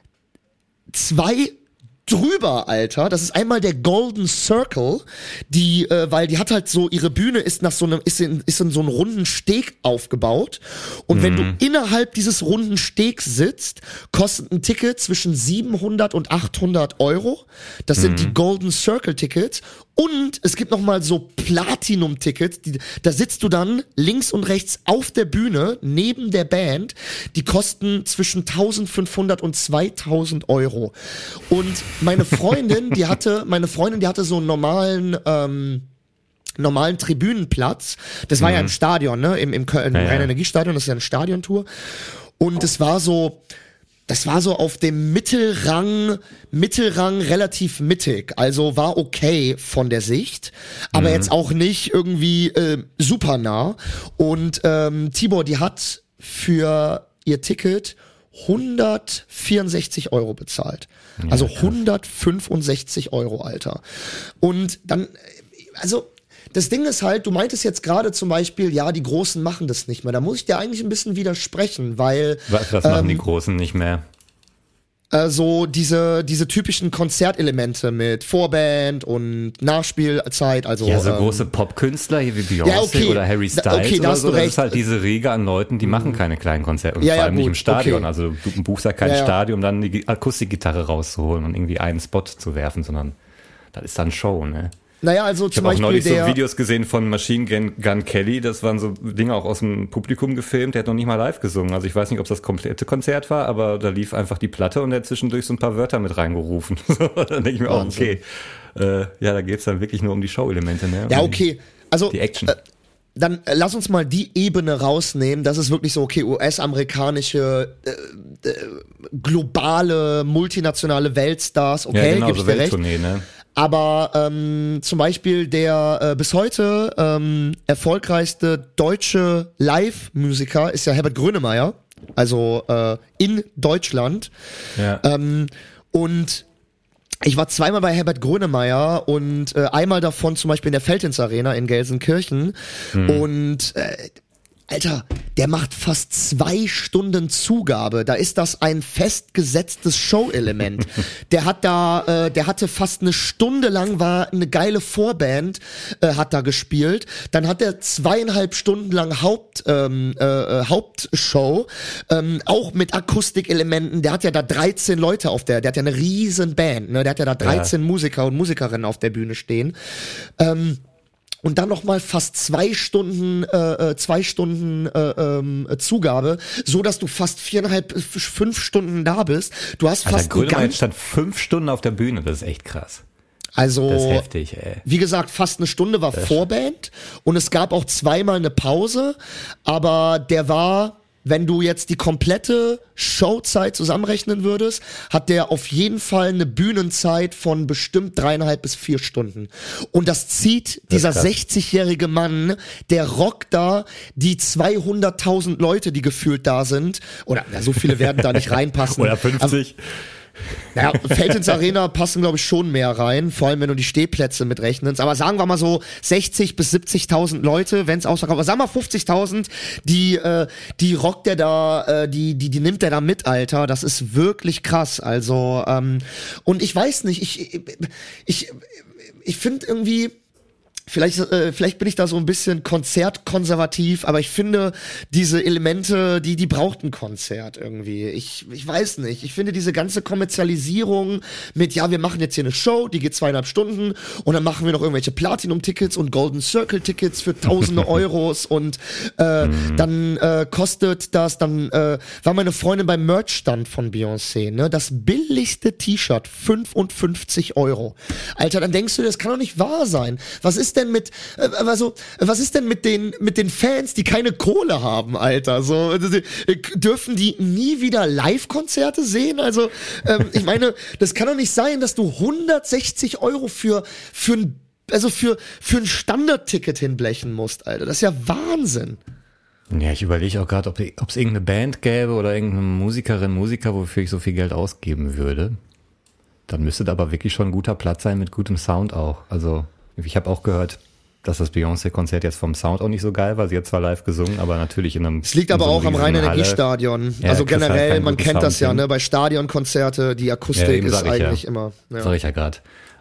[SPEAKER 2] zwei drüber, Alter. Das ist einmal der Golden Circle, die, äh, weil die hat halt so, ihre Bühne ist nach so einem, ist in, ist in so einem runden Steg aufgebaut. Und mhm. wenn du innerhalb dieses runden Stegs sitzt, kostet ein Ticket zwischen siebenhundert und achthundert Euro. Das sind mhm. die Golden Circle Tickets. Und es gibt nochmal so Platinum-Tickets, die, da sitzt du dann links und rechts auf der Bühne, neben der Band, die kosten zwischen eintausendfünfhundert und zweitausend Euro. Und meine Freundin, die hatte, meine Freundin, die hatte so einen normalen, ähm, normalen Tribünenplatz. Das war mhm. ja im Stadion, ne, im, im Köln,
[SPEAKER 3] ja, ja.
[SPEAKER 2] Rhein-Energiestadion, das ist ja eine Stadiontour. Und es war so, das war so auf dem Mittelrang, Mittelrang relativ mittig. Also war okay von der Sicht, aber mhm. jetzt auch nicht irgendwie äh, super nah. Und ähm, Tibor, die hat für ihr Ticket hundertvierundsechzig Euro bezahlt. Ja, also hundertfünfundsechzig Euro, Alter. Und dann, also das Ding ist halt, du meintest jetzt gerade zum Beispiel, ja, die Großen machen das nicht mehr. Da muss ich dir eigentlich ein bisschen widersprechen, weil...
[SPEAKER 3] Was, was machen ähm, die Großen nicht mehr?
[SPEAKER 2] Äh, so diese, diese typischen Konzertelemente mit Vorband und Nachspielzeit. Also,
[SPEAKER 3] ja, so
[SPEAKER 2] ähm,
[SPEAKER 3] große Popkünstler hier wie Beyoncé
[SPEAKER 2] ja, okay.
[SPEAKER 3] oder Harry Styles
[SPEAKER 2] okay,
[SPEAKER 3] oder so.
[SPEAKER 2] Das
[SPEAKER 3] recht. Ist halt diese Riege an Leuten, die machen keine kleinen Konzerte. Und
[SPEAKER 2] ja,
[SPEAKER 3] vor
[SPEAKER 2] ja,
[SPEAKER 3] allem
[SPEAKER 2] gut,
[SPEAKER 3] nicht im Stadion.
[SPEAKER 2] okay.
[SPEAKER 3] Also du buchst ja kein
[SPEAKER 2] ja, ja.
[SPEAKER 3] Stadion, um dann die Akustikgitarre rauszuholen und irgendwie einen Spot zu werfen, sondern das ist dann Show, ne?
[SPEAKER 2] Naja, also
[SPEAKER 3] ich
[SPEAKER 2] zum
[SPEAKER 3] habe auch
[SPEAKER 2] Beispiel
[SPEAKER 3] neulich
[SPEAKER 2] der
[SPEAKER 3] so Videos gesehen von Machine Gun, Gun Kelly, das waren so Dinge auch aus dem Publikum gefilmt, der hat noch nicht mal live gesungen. Also ich weiß nicht, ob es das komplette Konzert war, aber da lief einfach die Platte und er hat zwischendurch so ein paar Wörter mit reingerufen. Dann denke ich mir auch, okay, äh, ja, da geht's dann wirklich nur um die Show-Elemente. Ne?
[SPEAKER 2] Ja, okay, also
[SPEAKER 3] die Action.
[SPEAKER 2] Äh, dann äh, lass uns mal die Ebene rausnehmen, das ist wirklich so, okay, U S-amerikanische, äh, äh, globale, multinationale Weltstars, okay,
[SPEAKER 3] ja, genau,
[SPEAKER 2] gebe
[SPEAKER 3] so
[SPEAKER 2] ich dir recht.
[SPEAKER 3] Welttournee, ne?
[SPEAKER 2] Aber ähm, zum Beispiel der äh, bis heute ähm, erfolgreichste deutsche Live-Musiker ist ja Herbert Grönemeyer, also äh, in Deutschland.
[SPEAKER 3] Ja.
[SPEAKER 2] Ähm, und ich war zweimal bei Herbert Grönemeyer und äh, einmal davon zum Beispiel in der Feldhins Arena in Gelsenkirchen. Hm. Und äh, Alter, der macht fast zwei Stunden Zugabe. Da ist das ein festgesetztes Show-Element. Der hat da, äh, der hatte fast eine Stunde lang, war eine geile Vorband, äh, hat da gespielt. Dann hat er zweieinhalb Stunden lang Haupt, ähm, äh, Hauptshow, ähm, auch mit Akustikelementen. Der hat ja da dreizehn Leute auf der, der hat ja eine riesen Band, ne? Der hat ja da dreizehn ja. Musiker und Musikerinnen auf der Bühne stehen. Ähm, Und dann noch mal fast zwei Stunden, äh, zwei Stunden äh, ähm, Zugabe, so dass du fast viereinhalb, fünf Stunden da bist. Du hast
[SPEAKER 3] Alter,
[SPEAKER 2] fast
[SPEAKER 3] Grönemeyer stand fünf Stunden auf der Bühne. Das ist echt krass.
[SPEAKER 2] Also,
[SPEAKER 3] das ist heftig, ey.
[SPEAKER 2] Wie gesagt, fast eine Stunde war
[SPEAKER 3] das
[SPEAKER 2] Vorband und es gab auch zweimal eine Pause, aber der war, wenn du jetzt die komplette Showzeit zusammenrechnen würdest, hat der auf jeden Fall eine Bühnenzeit von bestimmt dreieinhalb bis vier Stunden. Und das zieht das dieser sechzigjährige Mann, der rockt da die zweihunderttausend Leute, die gefühlt da sind. Oder ja, so viele werden da nicht reinpassen.
[SPEAKER 3] Oder fünfzig.
[SPEAKER 2] Aber, naja, Feldhins Arena passen, glaube ich, schon mehr rein, vor allem wenn du die Stehplätze mitrechnest. Aber sagen wir mal so sechzig bis siebzigtausend Leute, wenn es ausverkauft. Aber sagen wir mal fünfzigtausend, die, äh, die rockt der da, äh, die, die, die nimmt der da mit, Alter. Das ist wirklich krass. Also, ähm, und ich weiß nicht, ich, ich, ich, ich finde irgendwie, Vielleicht, äh, vielleicht bin ich da so ein bisschen konzertkonservativ, aber ich finde, diese Elemente, die, die braucht ein Konzert irgendwie. Ich, ich weiß nicht. Ich finde diese ganze Kommerzialisierung mit, ja, wir machen jetzt hier eine Show, die geht zweieinhalb Stunden und dann machen wir noch irgendwelche Platinum-Tickets und Golden Circle-Tickets für tausende Euros und äh, mhm. dann äh, kostet das, dann äh, war meine Freundin beim Merch-Stand von Beyoncé, ne, das billigste T-Shirt, fünfundfünfzig Euro. Alter, dann denkst du, das kann doch nicht wahr sein. Was ist denn mit, äh, also, was ist denn mit den, mit den Fans, die keine Kohle haben, Alter? So, äh, dürfen die nie wieder Live-Konzerte sehen? Also, ähm, ich meine, das kann doch nicht sein, dass du hundertsechzig Euro für, für ein, also für, für ein Standardticket hinblechen musst, Alter. Das ist ja Wahnsinn.
[SPEAKER 3] Ja, ich überlege auch gerade, ob es irgendeine Band gäbe oder irgendeine Musikerin, Musiker, wofür ich so viel Geld ausgeben würde. Dann müsste da aber wirklich schon ein guter Platz sein mit gutem Sound auch. Also, ich habe auch gehört, dass das Beyoncé-Konzert jetzt vom Sound auch nicht so geil war. Sie hat zwar live gesungen, aber natürlich in einem...
[SPEAKER 2] Es liegt aber
[SPEAKER 3] so
[SPEAKER 2] auch am Rhein-Energiestadion. Ja, also generell, halt man kennt das ja, hin. ne, bei Stadionkonzerte, die Akustik ja, ist eigentlich ja. immer... Ja.
[SPEAKER 3] Sag ich ja gerade.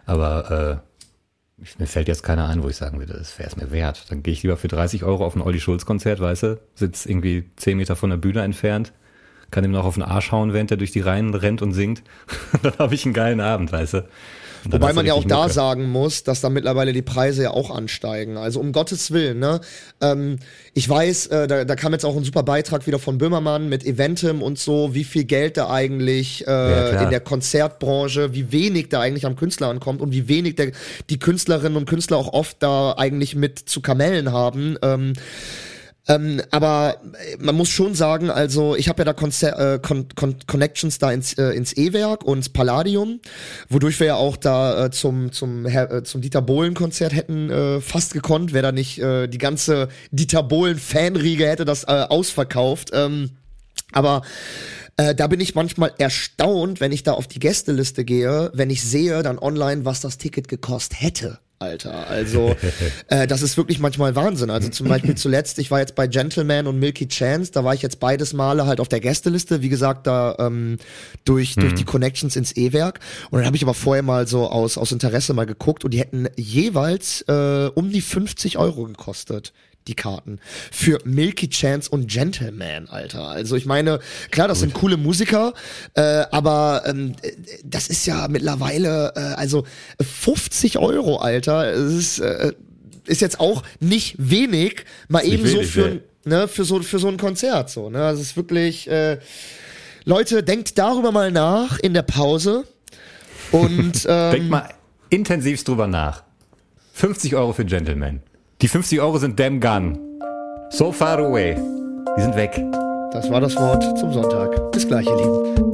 [SPEAKER 3] Aber äh, mir fällt jetzt keiner ein, wo ich sagen würde, das wäre es mir wert. Dann gehe ich lieber für dreißig Euro auf ein Olli Schulz-Konzert, weißt du, sitz irgendwie zehn Meter von der Bühne entfernt, kann ihm noch auf den Arsch hauen, während er durch die Reihen rennt und singt. Dann habe ich einen geilen Abend, weißt du.
[SPEAKER 2] Wobei man ja auch da sagen muss, dass da mittlerweile die Preise ja auch ansteigen. Also um Gottes Willen, ne? Ähm, ich weiß, äh, da, da kam jetzt auch ein super Beitrag wieder von Böhmermann mit Eventim und so, wie viel Geld da eigentlich äh, ja, in der Konzertbranche, wie wenig da eigentlich am Künstler ankommt und wie wenig der, die Künstlerinnen und Künstler auch oft da eigentlich mit zu Kamellen haben. Ähm, Ähm, aber man muss schon sagen, also ich habe ja da Konzer- äh, Con- Con- Connections da ins, äh, ins E-Werk und ins Palladium, wodurch wir ja auch da äh, zum zum Herr, äh, zum Dieter Bohlen-Konzert hätten äh, fast gekonnt, wäre da nicht äh, die ganze Dieter Bohlen-Fanriege hätte das äh, ausverkauft. Ähm, aber Äh, da bin ich manchmal erstaunt, wenn ich da auf die Gästeliste gehe, wenn ich sehe dann online, was das Ticket gekostet hätte. Alter, also äh, das ist wirklich manchmal Wahnsinn. Also zum Beispiel zuletzt, ich war jetzt bei Gentleman und Milky Chance, da war ich jetzt beides Male halt auf der Gästeliste, wie gesagt, da ähm, durch, mhm. durch die Connections ins E-Werk. Und dann habe ich aber vorher mal so aus, aus Interesse mal geguckt und die hätten jeweils äh, um die fünfzig Euro gekostet. Die Karten für Milky Chance und Gentleman, Alter. Also ich meine, klar, das Gut. sind coole Musiker, äh, aber ähm, das ist ja mittlerweile, äh, also fünfzig Euro, Alter. Es ist, äh, ist jetzt auch nicht wenig, mal eben so wenig, für, ne, für so für so ein Konzert, so. Ne, das ist wirklich. Äh, Leute, denkt darüber mal nach in der Pause und ähm,
[SPEAKER 3] denkt mal intensivst drüber nach. fünfzig Euro für Gentleman. Die fünfzig Euro sind damn gone. So far away. Die sind weg.
[SPEAKER 2] Das war das Wort zum Sonntag. Bis gleich, ihr Lieben.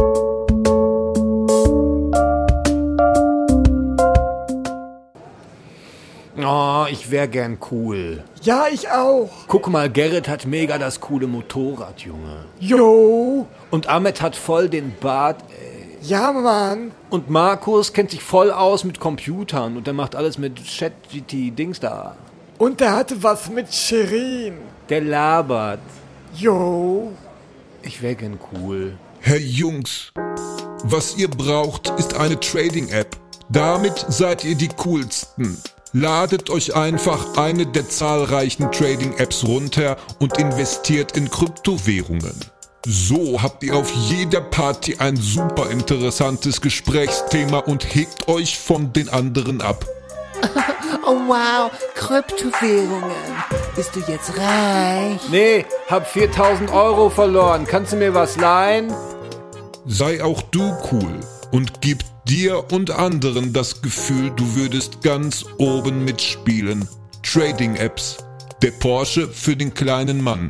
[SPEAKER 3] Oh, ich wär gern cool.
[SPEAKER 4] Ja, ich auch.
[SPEAKER 3] Guck mal, Gerrit hat mega das coole Motorrad, Junge.
[SPEAKER 4] Jo.
[SPEAKER 3] Und Ahmed hat voll den Bart, ey.
[SPEAKER 4] Ja, Mann.
[SPEAKER 3] Und Markus kennt sich voll aus mit Computern und der macht alles mit Chat-G T-Dings da.
[SPEAKER 4] Und der hatte was mit Shirin.
[SPEAKER 3] Der labert.
[SPEAKER 4] Jo.
[SPEAKER 3] Ich wär gern cool.
[SPEAKER 1] Hey Jungs, was ihr braucht, ist eine Trading-App. Damit seid ihr die coolsten. Ladet euch einfach eine der zahlreichen Trading-Apps runter und investiert in Kryptowährungen. So habt ihr auf jeder Party ein super interessantes Gesprächsthema und hegt euch von den anderen ab.
[SPEAKER 5] Oh wow, Kryptowährungen. Bist du jetzt reich?
[SPEAKER 3] Nee, hab viertausend Euro verloren. Kannst du mir was leihen?
[SPEAKER 1] Sei auch du cool und gib dir und anderen das Gefühl, du würdest ganz oben mitspielen. Trading-Apps. Der Porsche für den kleinen Mann.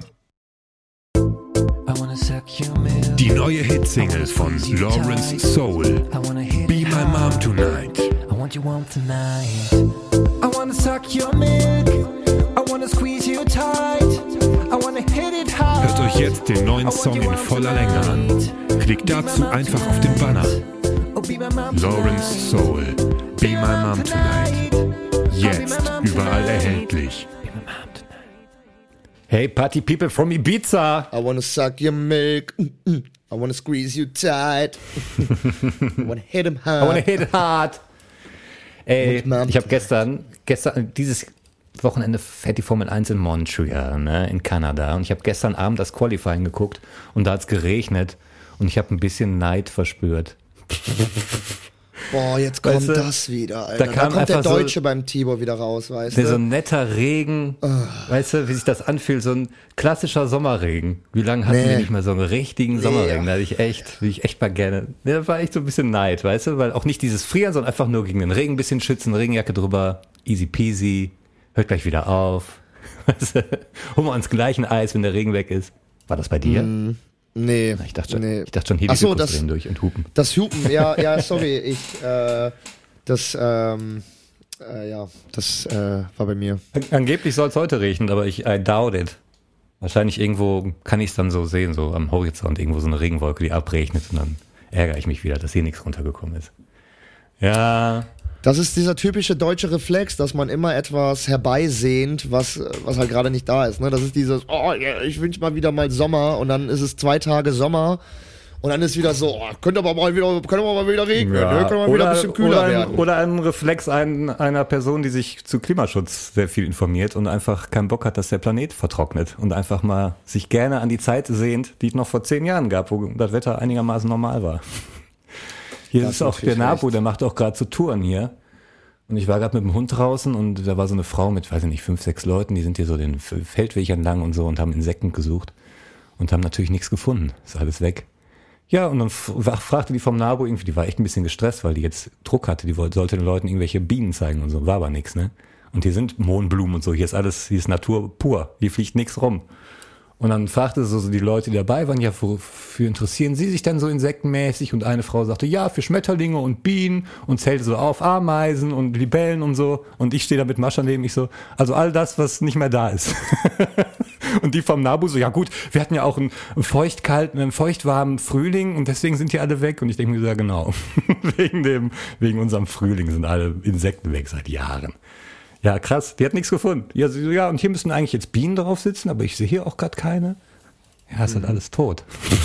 [SPEAKER 6] Die neue Hitsingle von Lawrence Soul. Be My Mom Tonight.
[SPEAKER 5] You want tonight. I wanna suck your milk. I wanna squeeze you tight. I wanna hit it hard.
[SPEAKER 6] Hört euch jetzt den neuen Song in voller Länge an. Klickt dazu einfach auf den Banner. Lawrence Soul, Be My Mom Tonight. Jetzt überall erhältlich.
[SPEAKER 3] Hey Party People from Ibiza.
[SPEAKER 2] I wanna suck your milk. I wanna squeeze you tight. I wanna hit him hard.
[SPEAKER 3] I wanna hit it hard. Ey, ich habe gestern, gestern, dieses Wochenende fährt die Formel eins in Montreal, ne, in Kanada. Und ich habe gestern Abend das Qualifying geguckt und da hat's geregnet und ich habe ein bisschen Neid verspürt.
[SPEAKER 2] Boah, jetzt kommt
[SPEAKER 3] weißt du,
[SPEAKER 2] das wieder, Alter.
[SPEAKER 3] Da, kam
[SPEAKER 2] da kommt der Deutsche
[SPEAKER 3] so,
[SPEAKER 2] beim Tibor wieder raus, weißt
[SPEAKER 3] du?
[SPEAKER 2] du?
[SPEAKER 3] So ein netter Regen, oh. Weißt du, wie sich das anfühlt, so ein klassischer Sommerregen. Wie lange hatten nee. wir nicht mehr so einen richtigen nee. Sommerregen? Da hatte ich echt, will ich echt mal gerne, da war echt so ein bisschen Neid, weißt du? Weil auch nicht dieses Frieren, sondern einfach nur gegen den Regen ein bisschen schützen, Regenjacke drüber, easy peasy, hört gleich wieder auf. Weißt du? Holen wir uns gleich ein Eis, wenn der Regen weg ist. War das bei dir?
[SPEAKER 2] Mm. Nee.
[SPEAKER 3] Ich dachte schon,
[SPEAKER 2] nee.
[SPEAKER 3] ich dachte schon hier die
[SPEAKER 2] so,
[SPEAKER 3] Zirkus drehen durch und hupen.
[SPEAKER 2] Das Hupen, ja, ja, sorry, ich, äh, das, ähm, äh, ja, das äh, war bei mir.
[SPEAKER 3] Angeblich soll es heute regnen, aber ich, I doubt it. Wahrscheinlich irgendwo kann ich es dann so sehen, so am Horizont, irgendwo so eine Regenwolke, die abregnet und dann ärgere ich mich wieder, dass hier nichts runtergekommen ist. Ja.
[SPEAKER 2] Das ist dieser typische deutsche Reflex, dass man immer etwas herbeisehnt, was, was halt gerade nicht da ist. Ne? Das ist dieses, oh, ich wünsche mal wieder mal Sommer und dann ist es zwei Tage Sommer und dann ist wieder so, oh, könnte aber mal wieder, könnte aber mal wieder regnen, ja. ne? Könnte mal
[SPEAKER 3] oder,
[SPEAKER 2] wieder ein bisschen kühler
[SPEAKER 3] oder ein,
[SPEAKER 2] werden.
[SPEAKER 3] Oder ein Reflex ein, einer Person, die sich zu Klimaschutz sehr viel informiert und einfach keinen Bock hat, dass der Planet vertrocknet und einfach mal sich gerne an die Zeit sehnt, die es noch vor zehn Jahren gab, wo das Wetter einigermaßen normal war. Hier das ist auch der Nabu, der macht auch gerade so Touren hier. Und ich war gerade mit dem Hund draußen und da war so eine Frau mit, weiß ich nicht, fünf, sechs Leuten, die sind hier so den Feldweg entlang und so und haben Insekten gesucht und haben natürlich nichts gefunden. Ist alles weg. Ja, und dann fragte die vom Nabu irgendwie, die war echt ein bisschen gestresst, weil die jetzt Druck hatte, die wollte, sollte den Leuten irgendwelche Bienen zeigen und so, war aber nichts, ne? Und hier sind Mohnblumen und so, hier ist alles, hier ist Natur pur, hier fliegt nichts rum. Und dann fragte so, so die Leute, die dabei waren, ja, wofür interessieren Sie sich denn so insektenmäßig? Und eine Frau sagte, ja, für Schmetterlinge und Bienen und zählte so auf Ameisen und Libellen und so. Und ich stehe da mit Mascha neben, ich so, also all das, was nicht mehr da ist. Und die vom Nabu so, ja gut, wir hatten ja auch einen feuchtkalten, einen feuchtwarmen Frühling und deswegen sind die alle weg. Und ich denke mir so, ja genau, wegen dem, wegen unserem Frühling sind alle Insekten weg seit Jahren. Ja, krass, die hat nichts gefunden. Ja, so, ja, und hier müssen eigentlich jetzt Bienen drauf sitzen, aber ich sehe hier auch gerade keine. Ja, ist halt mhm. alles tot.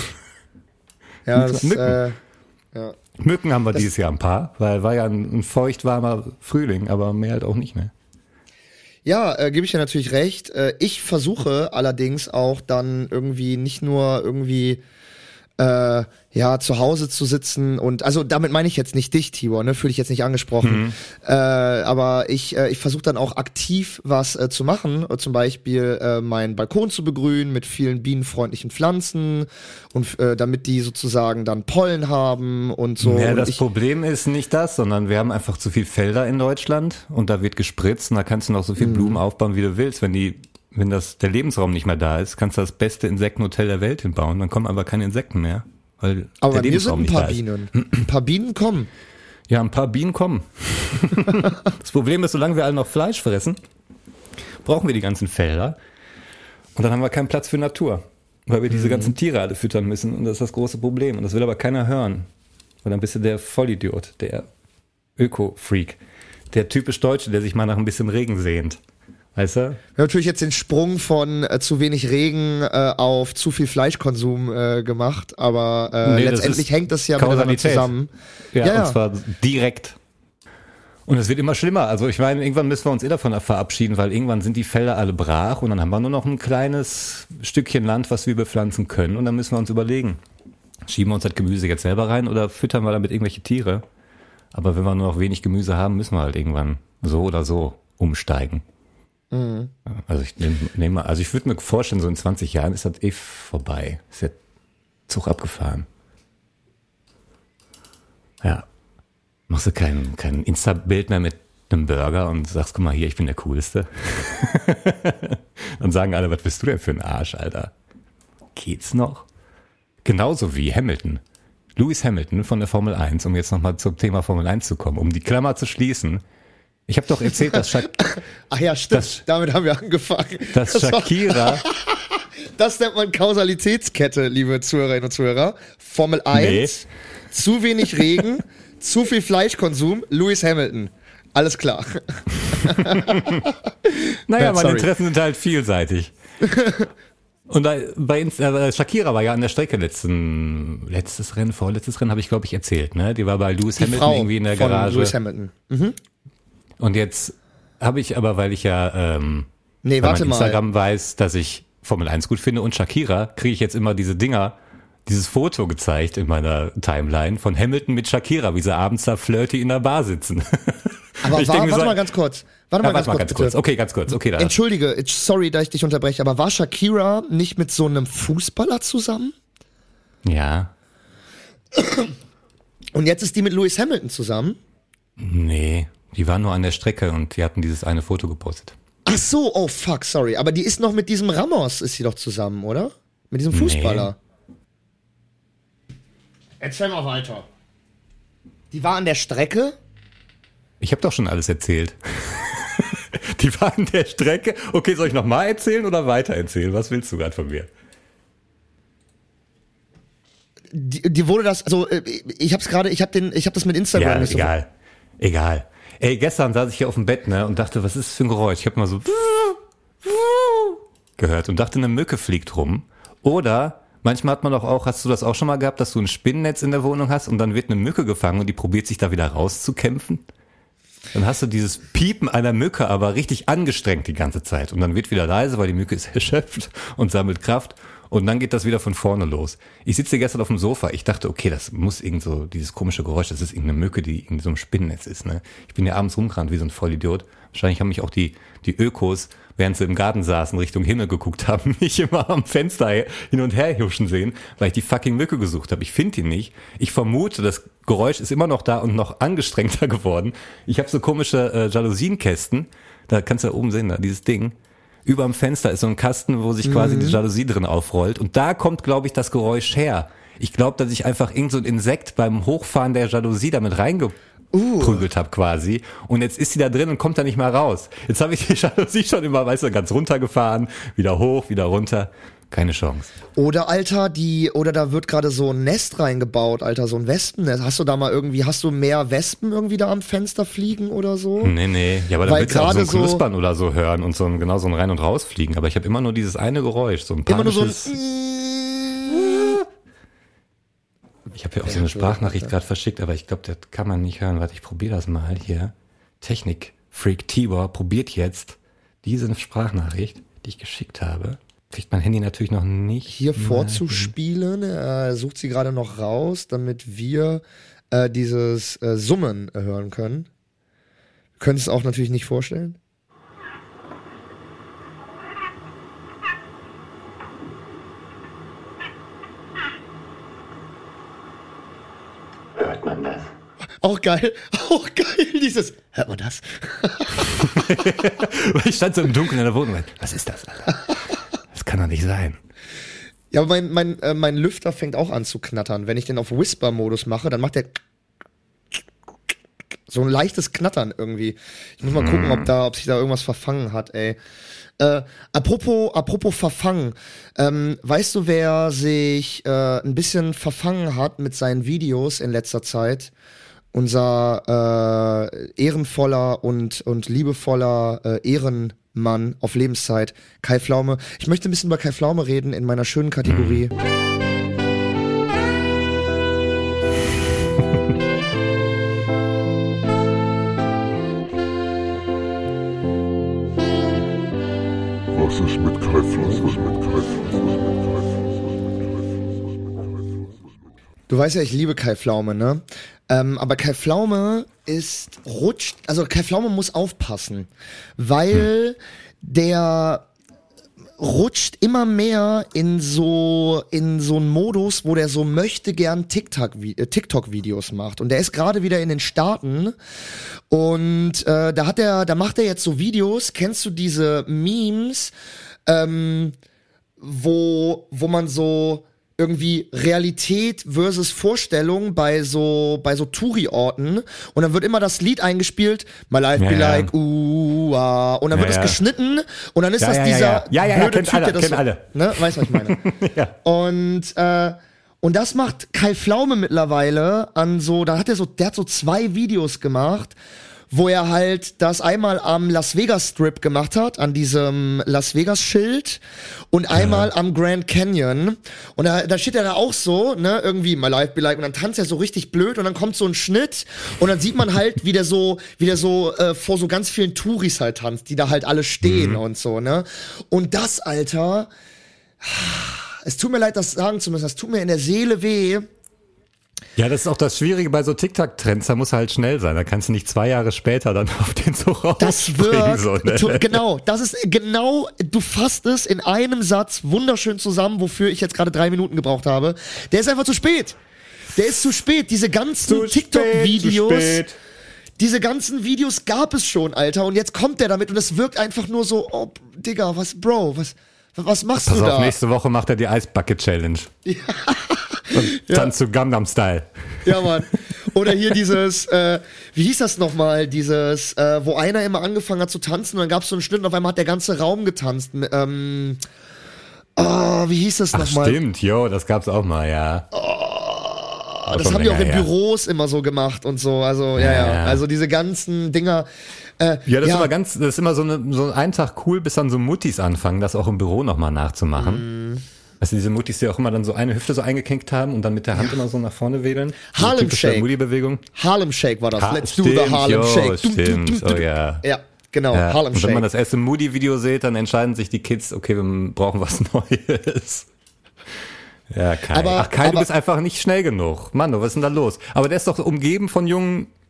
[SPEAKER 2] Ja, das,
[SPEAKER 3] Mücken.
[SPEAKER 2] Äh, ja.
[SPEAKER 3] Mücken haben wir
[SPEAKER 2] das,
[SPEAKER 3] dieses Jahr ein paar, weil war ja ein, ein feuchtwarmer Frühling, aber mehr halt auch nicht, ne?
[SPEAKER 2] Ja, äh, gebe ich dir natürlich recht. Äh, ich versuche allerdings auch dann irgendwie nicht nur irgendwie äh, ja, zu Hause zu sitzen und, also damit meine ich jetzt nicht dich, Tibor, ne, fühle ich jetzt nicht angesprochen, mhm. äh, aber ich äh, ich versuche dann auch aktiv was äh, zu machen, äh, zum Beispiel äh, meinen Balkon zu begrünen mit vielen bienenfreundlichen Pflanzen und äh, damit die sozusagen dann Pollen haben und so.
[SPEAKER 3] Ja,
[SPEAKER 2] und
[SPEAKER 3] das
[SPEAKER 2] ich,
[SPEAKER 3] Problem ist nicht das, sondern wir haben einfach zu viel Felder in Deutschland und da wird gespritzt und da kannst du noch so viel mhm. Blumen aufbauen, wie du willst, wenn die Wenn das der Lebensraum nicht mehr da ist, kannst du das beste Insektenhotel der Welt hinbauen, dann kommen aber keine Insekten mehr, weil
[SPEAKER 2] aber
[SPEAKER 3] der
[SPEAKER 2] bei mir
[SPEAKER 3] Lebensraum
[SPEAKER 2] sind ein
[SPEAKER 3] nicht
[SPEAKER 2] paar
[SPEAKER 3] da ist.
[SPEAKER 2] Bienen. Ein paar Bienen kommen.
[SPEAKER 3] Ja, ein paar Bienen kommen. Das Problem ist, solange wir alle noch Fleisch fressen, brauchen wir die ganzen Felder und dann haben wir keinen Platz für Natur, weil wir diese
[SPEAKER 2] Mhm.
[SPEAKER 3] ganzen Tiere alle füttern müssen und das ist das große Problem und das will aber keiner hören. Und dann bist du der Vollidiot, der Öko-Freak, der typisch Deutsche, der sich mal nach ein bisschen Regen sehnt. Weißt du?
[SPEAKER 2] Wir haben natürlich jetzt den Sprung von äh, zu wenig Regen äh, auf zu viel Fleischkonsum äh, gemacht, aber äh,
[SPEAKER 3] Nee, das
[SPEAKER 2] letztendlich
[SPEAKER 3] ist
[SPEAKER 2] hängt das ja miteinander
[SPEAKER 3] Kausalität.
[SPEAKER 2] zusammen.
[SPEAKER 3] Ja,
[SPEAKER 2] Ja, ja.
[SPEAKER 3] und zwar direkt. Und es wird immer schlimmer. Also ich meine, irgendwann müssen wir uns eh davon verabschieden, weil irgendwann sind die Felder alle brach und dann haben wir nur noch ein kleines Stückchen Land, was wir bepflanzen können und dann müssen wir uns überlegen, schieben wir uns das Gemüse jetzt selber rein oder füttern wir damit irgendwelche Tiere? Aber wenn wir nur noch wenig Gemüse haben, müssen wir halt irgendwann so oder so umsteigen.
[SPEAKER 2] Mhm.
[SPEAKER 3] Also ich nehme nehm mal, also ich würde mir vorstellen, so in zwanzig Jahren ist das eh vorbei. Ist der Zug abgefahren. Ja. Machst du kein, kein Insta-Bild mehr mit einem Burger und sagst, guck mal hier, ich bin der Coolste. Dann sagen alle, was bist du denn für ein Arsch, Alter? Geht's noch? Genauso wie Hamilton. Lewis Hamilton von der Formel eins, um jetzt nochmal zum Thema Formel eins zu kommen, um die Klammer zu schließen. Ich habe doch erzählt, dass, Sha-
[SPEAKER 2] Ach ja, stimmt.
[SPEAKER 3] Das-
[SPEAKER 2] Damit haben wir angefangen.
[SPEAKER 3] dass
[SPEAKER 2] Das war-
[SPEAKER 3] Shakira...
[SPEAKER 2] Das nennt man Kausalitätskette, liebe Zuhörerinnen und Zuhörer. Formel eins, zu wenig Regen, zu viel Fleischkonsum, Lewis Hamilton. Alles klar.
[SPEAKER 3] Naja,
[SPEAKER 2] Ja,
[SPEAKER 3] meine
[SPEAKER 2] sorry.
[SPEAKER 3] Interessen sind halt vielseitig. Und da, bei Insta, äh, Shakira war ja an der Strecke letzten, letztes Rennen, vorletztes Rennen habe ich glaube ich erzählt, ne? Die war bei Lewis
[SPEAKER 2] Die
[SPEAKER 3] Hamilton
[SPEAKER 2] Frau
[SPEAKER 3] irgendwie in der
[SPEAKER 2] von
[SPEAKER 3] Garage.
[SPEAKER 2] Lewis Hamilton. Mhm.
[SPEAKER 3] Und jetzt habe ich aber, weil ich ja ähm,
[SPEAKER 2] Nee,
[SPEAKER 3] bei
[SPEAKER 2] warte
[SPEAKER 3] meinem
[SPEAKER 2] mal.
[SPEAKER 3] Instagram weiß, dass ich Formel eins gut finde und Shakira, kriege ich jetzt immer diese Dinger, dieses Foto gezeigt in meiner Timeline von Hamilton mit Shakira, wie sie abends da flirty in der Bar sitzen.
[SPEAKER 2] Aber
[SPEAKER 3] Ich
[SPEAKER 2] war,
[SPEAKER 3] denk mir
[SPEAKER 2] warte
[SPEAKER 3] so-
[SPEAKER 2] mal ganz kurz. Warte
[SPEAKER 3] Ja,
[SPEAKER 2] mal ganz
[SPEAKER 3] warte mal
[SPEAKER 2] kurz,
[SPEAKER 3] ganz
[SPEAKER 2] bitte.
[SPEAKER 3] kurz. Okay, ganz kurz. Okay, da.
[SPEAKER 2] Entschuldige, ich- sorry, dass ich dich unterbreche, aber war Shakira nicht mit so einem Fußballer zusammen?
[SPEAKER 3] Ja.
[SPEAKER 2] Und jetzt ist die mit Lewis Hamilton zusammen?
[SPEAKER 3] Nee, die waren nur an der Strecke und die hatten dieses eine Foto gepostet.
[SPEAKER 2] Ach so, oh fuck, sorry. Aber die ist noch mit diesem Ramos, ist sie doch zusammen, oder? Mit diesem Fußballer. Erzähl mal weiter. Die war an der Strecke?
[SPEAKER 3] Ich habe doch schon alles erzählt. Die waren an der Strecke. Okay, soll ich nochmal erzählen oder weiter erzählen? Was willst du gerade von mir?
[SPEAKER 2] Die, die wurde das, also äh, ich hab's gerade, ich hab den, ich hab das mit Instagram
[SPEAKER 3] Ja,
[SPEAKER 2] nicht so.
[SPEAKER 3] egal. Egal. Ey, gestern saß ich hier auf dem Bett, ne, und dachte, was ist das für ein Geräusch? Ich habe mal so gehört und dachte, eine Mücke fliegt rum. Oder manchmal hat man doch auch, hast du das auch schon mal gehabt, dass du ein Spinnennetz in der Wohnung hast und dann wird eine Mücke gefangen und die probiert sich da wieder rauszukämpfen? Dann hast du dieses Piepen einer Mücke aber richtig angestrengt die ganze Zeit und dann wird wieder leise, weil die Mücke ist erschöpft und sammelt Kraft und dann geht das wieder von vorne los. Ich sitze gestern auf dem Sofa, ich dachte, okay, das muss irgend so, dieses komische Geräusch, das ist irgendeine Mücke, die in so einem Spinnennetz ist, ne? Ich bin ja abends rumgerannt wie so ein Vollidiot. Wahrscheinlich haben mich auch die, die Ökos, während sie im Garten saßen, Richtung Himmel geguckt haben, mich immer am Fenster hin und her huschen sehen, weil ich die fucking Mücke gesucht habe. Ich finde die nicht. Ich vermute, das Geräusch ist immer noch da und noch angestrengter geworden. Ich habe so komische äh, Jalousienkästen. da kannst du ja oben sehen, da, dieses Ding. Über dem Fenster ist so ein Kasten, wo sich quasi mhm. die Jalousie drin aufrollt. Und da kommt, glaube ich, das Geräusch her. Ich glaube, dass ich einfach irgend so ein Insekt beim Hochfahren der Jalousie damit reingeprügelt uh. habe quasi. Und jetzt ist sie da drin und kommt da nicht mal raus. Jetzt habe ich die Jalousie schon immer, weißt du, ganz runtergefahren, wieder hoch, wieder runter. Keine Chance.
[SPEAKER 2] Oder, Alter, die, oder da wird gerade so ein Nest reingebaut, Alter, so ein Wespennest. Hast du da mal irgendwie, hast du mehr Wespen irgendwie da am Fenster fliegen oder so?
[SPEAKER 3] Nee, nee. Ja, aber dann
[SPEAKER 2] Weil
[SPEAKER 3] willst du auch so ein
[SPEAKER 2] so
[SPEAKER 3] Knuspern oder so hören und so ein, genau so ein Rein- und Rausfliegen. Aber ich habe immer nur dieses eine Geräusch, so ein panisches...
[SPEAKER 2] Immer nur so ein...
[SPEAKER 3] Ich habe ja auch so eine Sprachnachricht gerade verschickt, aber ich glaube, das kann man nicht hören. Warte, ich probiere das mal hier. Technik-Freak Tibor probiert jetzt diese Sprachnachricht, die ich geschickt habe. Kriegt mein Handy natürlich noch nicht.
[SPEAKER 2] Hier vorzuspielen. Er sucht sie gerade noch raus, damit wir äh, dieses äh, Summen äh, hören können. Wir können es auch natürlich nicht vorstellen.
[SPEAKER 3] Hört man das?
[SPEAKER 2] Auch geil, auch geil, dieses, hört man das?
[SPEAKER 3] Ich stand so im Dunkeln in der Wohnung. Was ist das, Alter? Das kann doch nicht sein.
[SPEAKER 2] Ja, aber mein, mein, äh, mein Lüfter fängt auch an zu knattern. Wenn ich den auf Whisper-Modus mache, dann macht der so ein leichtes Knattern irgendwie. Ich muss mal gucken, ob da, ob sich da irgendwas verfangen hat, ey. Äh, apropos, apropos verfangen. Ähm, weißt du, wer sich äh, ein bisschen verfangen hat mit seinen Videos in letzter Zeit? Unser äh, ehrenvoller und, und liebevoller äh, Ehrenmann auf Lebenszeit, Kai Pflaume. Ich möchte ein bisschen über Kai Pflaume reden in meiner schönen Kategorie.
[SPEAKER 1] Was ist mit Kai Pflaume? Was ist mit Kai Pflaume?
[SPEAKER 2] Du weißt ja, ich liebe Kai Pflaume, ne? Ähm, aber Kai Pflaume ist rutscht, also Kai Pflaume muss aufpassen, weil der rutscht immer mehr in so in so einen Modus, wo der so möchte gern TikTok äh, TikTok-Videos macht. Und der ist gerade wieder in den Staaten und äh, da hat er, da macht er jetzt so Videos. Kennst du diese Memes, ähm, wo wo man so irgendwie Realität versus Vorstellung bei so bei so Touri-Orten und dann wird immer das Lied eingespielt, My Life
[SPEAKER 3] ja,
[SPEAKER 2] Be
[SPEAKER 3] ja.
[SPEAKER 2] Like uh, ah, und dann
[SPEAKER 3] ja,
[SPEAKER 2] wird es
[SPEAKER 3] ja.
[SPEAKER 2] geschnitten und dann ist
[SPEAKER 3] Ja,
[SPEAKER 2] das
[SPEAKER 3] ja,
[SPEAKER 2] dieser
[SPEAKER 3] ja, ja. Ja, ja, ja,
[SPEAKER 2] blöde
[SPEAKER 3] kennt
[SPEAKER 2] Typ,
[SPEAKER 3] alle,
[SPEAKER 2] der das
[SPEAKER 3] kennt
[SPEAKER 2] so,
[SPEAKER 3] alle.
[SPEAKER 2] ne, weißt was ich meine.
[SPEAKER 3] Ja.
[SPEAKER 2] Und äh, und das macht Kai Pflaume mittlerweile an so, da hat er so, der hat so zwei Videos gemacht, wo er halt das einmal am Las Vegas Strip gemacht hat, an diesem Las Vegas Schild und einmal ja. am Grand Canyon. Und da, da steht er da auch so, ne, irgendwie My Life Be Like und dann tanzt er so richtig blöd und dann kommt so ein Schnitt und dann sieht man halt, wie der so, wie der so äh, vor so ganz vielen Touris halt tanzt, die da halt alle stehen mhm. und so, ne. Und das, Alter, es tut mir leid, das sagen zu müssen, das tut mir in der Seele weh.
[SPEAKER 3] Ja, das ist auch das Schwierige bei so TikTok-Trends, da muss halt schnell sein, da kannst du nicht zwei Jahre später dann auf den Zug rausspringen.
[SPEAKER 2] Das wird,
[SPEAKER 3] so, ne?
[SPEAKER 2] tu, genau, das ist genau, du fasst es in einem Satz wunderschön zusammen, wofür ich jetzt gerade drei Minuten gebraucht habe. Der ist einfach zu spät. Der ist zu spät. Diese ganzen TikTok-Videos, diese ganzen Videos gab es schon, Alter, und jetzt kommt der damit und es wirkt einfach nur so, oh, Digga, was, Bro, was, was machst
[SPEAKER 3] Pass
[SPEAKER 2] du
[SPEAKER 3] auf,
[SPEAKER 2] da?
[SPEAKER 3] nächste Woche macht er die Ice Bucket Challenge. Ja. Und tanzt zu Gangnam Style.
[SPEAKER 2] Ja, Mann. Oder hier dieses, äh, wie hieß das nochmal, dieses, äh, wo einer immer angefangen hat zu tanzen und dann gab es so einen Schnitt und auf einmal hat der ganze Raum getanzt. Ähm, oh, wie hieß das nochmal?
[SPEAKER 3] Stimmt, jo, das gab's auch mal, ja.
[SPEAKER 2] Oh, das haben die auch in
[SPEAKER 3] her.
[SPEAKER 2] Büros immer so gemacht und so, also, ja, ja, ja. Also diese ganzen Dinger. Äh,
[SPEAKER 3] ja, das
[SPEAKER 2] ja.
[SPEAKER 3] ist immer ganz, das ist immer so, eine, so ein Tag cool, bis dann so Muttis anfangen, das auch im Büro nochmal nachzumachen. Mm. Weißt du, diese Muttis, die auch immer dann so eine Hüfte so eingeknickt haben und dann mit der Hand ja. immer so nach vorne wedeln. So
[SPEAKER 2] Harlem Shake.
[SPEAKER 3] Mutti-Bewegung.
[SPEAKER 2] Harlem Shake war das.
[SPEAKER 3] Ha-
[SPEAKER 2] Let's
[SPEAKER 3] stimmt,
[SPEAKER 2] do the Harlem
[SPEAKER 3] jo,
[SPEAKER 2] Shake.
[SPEAKER 3] Stimmt,
[SPEAKER 2] du, du, du,
[SPEAKER 3] oh ja.
[SPEAKER 2] Ja, genau,
[SPEAKER 3] Ja.
[SPEAKER 2] Harlem
[SPEAKER 3] Und
[SPEAKER 2] Shake.
[SPEAKER 3] wenn man das erste Moody-Video sieht, dann entscheiden sich die Kids, okay, wir brauchen was Neues. Ja, Kai.
[SPEAKER 2] Aber-
[SPEAKER 3] Ach, Kai,
[SPEAKER 2] aber-
[SPEAKER 3] du bist einfach nicht schnell genug. Mann, was ist denn da los? Aber der ist doch umgeben von jungen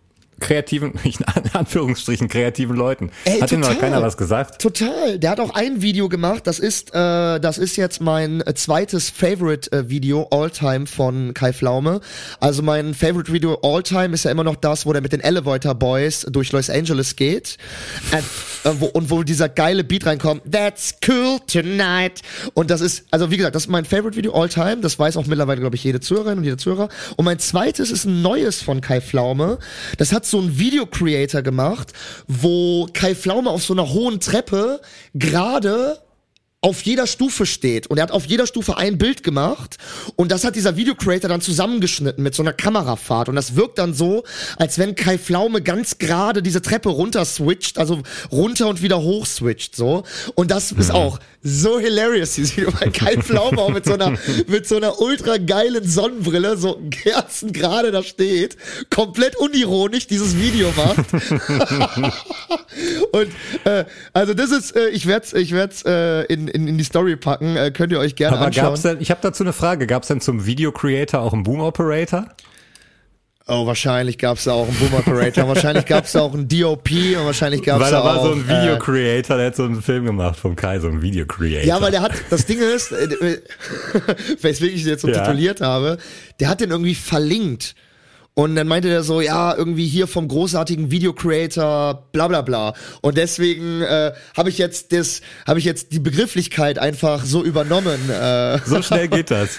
[SPEAKER 3] kreativen, in Anführungsstrichen kreativen Leuten.
[SPEAKER 2] Ey,
[SPEAKER 3] hat
[SPEAKER 2] total.
[SPEAKER 3] Ihnen noch keiner was gesagt?
[SPEAKER 2] Total. Der hat auch ein Video gemacht. Das ist, äh, das ist jetzt mein äh, zweites Favorite-Video äh, All-Time von Kai Pflaume. Also mein Favorite-Video All-Time ist ja immer noch das, wo der mit den Elevator Boys durch Los Angeles geht. And, äh, wo, und wo dieser geile Beat reinkommt. That's cool tonight. Und das ist, also wie gesagt, das ist mein Favorite-Video All-Time. Das weiß auch mittlerweile, glaube ich, jede Zuhörerin und jeder Zuhörer. Und mein zweites ist ein neues von Kai Pflaume. Das hat so ein Video-Creator gemacht, wo Kai Pflaume auf so einer hohen Treppe gerade auf jeder Stufe steht und er hat auf jeder Stufe ein Bild gemacht und das hat dieser Video-Creator dann zusammengeschnitten mit so einer Kamerafahrt und das wirkt dann so, als wenn Kai Pflaume ganz gerade diese Treppe runter switcht, also runter und wieder hoch switcht, so. Und das ist auch so hilarious, dieses Video, weil Kai Pflaume auch mit so einer, mit so einer ultra geilen Sonnenbrille so Kerzen gerade da steht, komplett unironisch dieses Video macht. Und, äh, also das ist, äh, ich werd's, ich werd's, äh, in In, in die Story packen, äh, könnt ihr euch gerne
[SPEAKER 3] Aber
[SPEAKER 2] anschauen.
[SPEAKER 3] gab's denn, ich habe dazu eine Frage, gab es denn zum Video Creator auch einen Boom Operator?
[SPEAKER 2] Oh, wahrscheinlich gab's da auch einen Boom Operator, wahrscheinlich gab's da auch einen D O P und wahrscheinlich gab's
[SPEAKER 3] weil
[SPEAKER 2] da
[SPEAKER 3] da war
[SPEAKER 2] auch...
[SPEAKER 3] so ein Video
[SPEAKER 2] äh,
[SPEAKER 3] Creator, der hat so einen Film gemacht vom Kai, so ein Video Creator.
[SPEAKER 2] Ja, weil der hat, das Ding ist, äh, weswegen ich den jetzt so
[SPEAKER 3] Ja.
[SPEAKER 2] tituliert habe, der hat den irgendwie verlinkt. Und dann meinte der so, ja, irgendwie hier vom großartigen Video-Creator, bla bla bla. Und deswegen äh, habe ich jetzt das, habe ich jetzt die Begrifflichkeit einfach so übernommen. Äh.
[SPEAKER 3] So schnell geht das.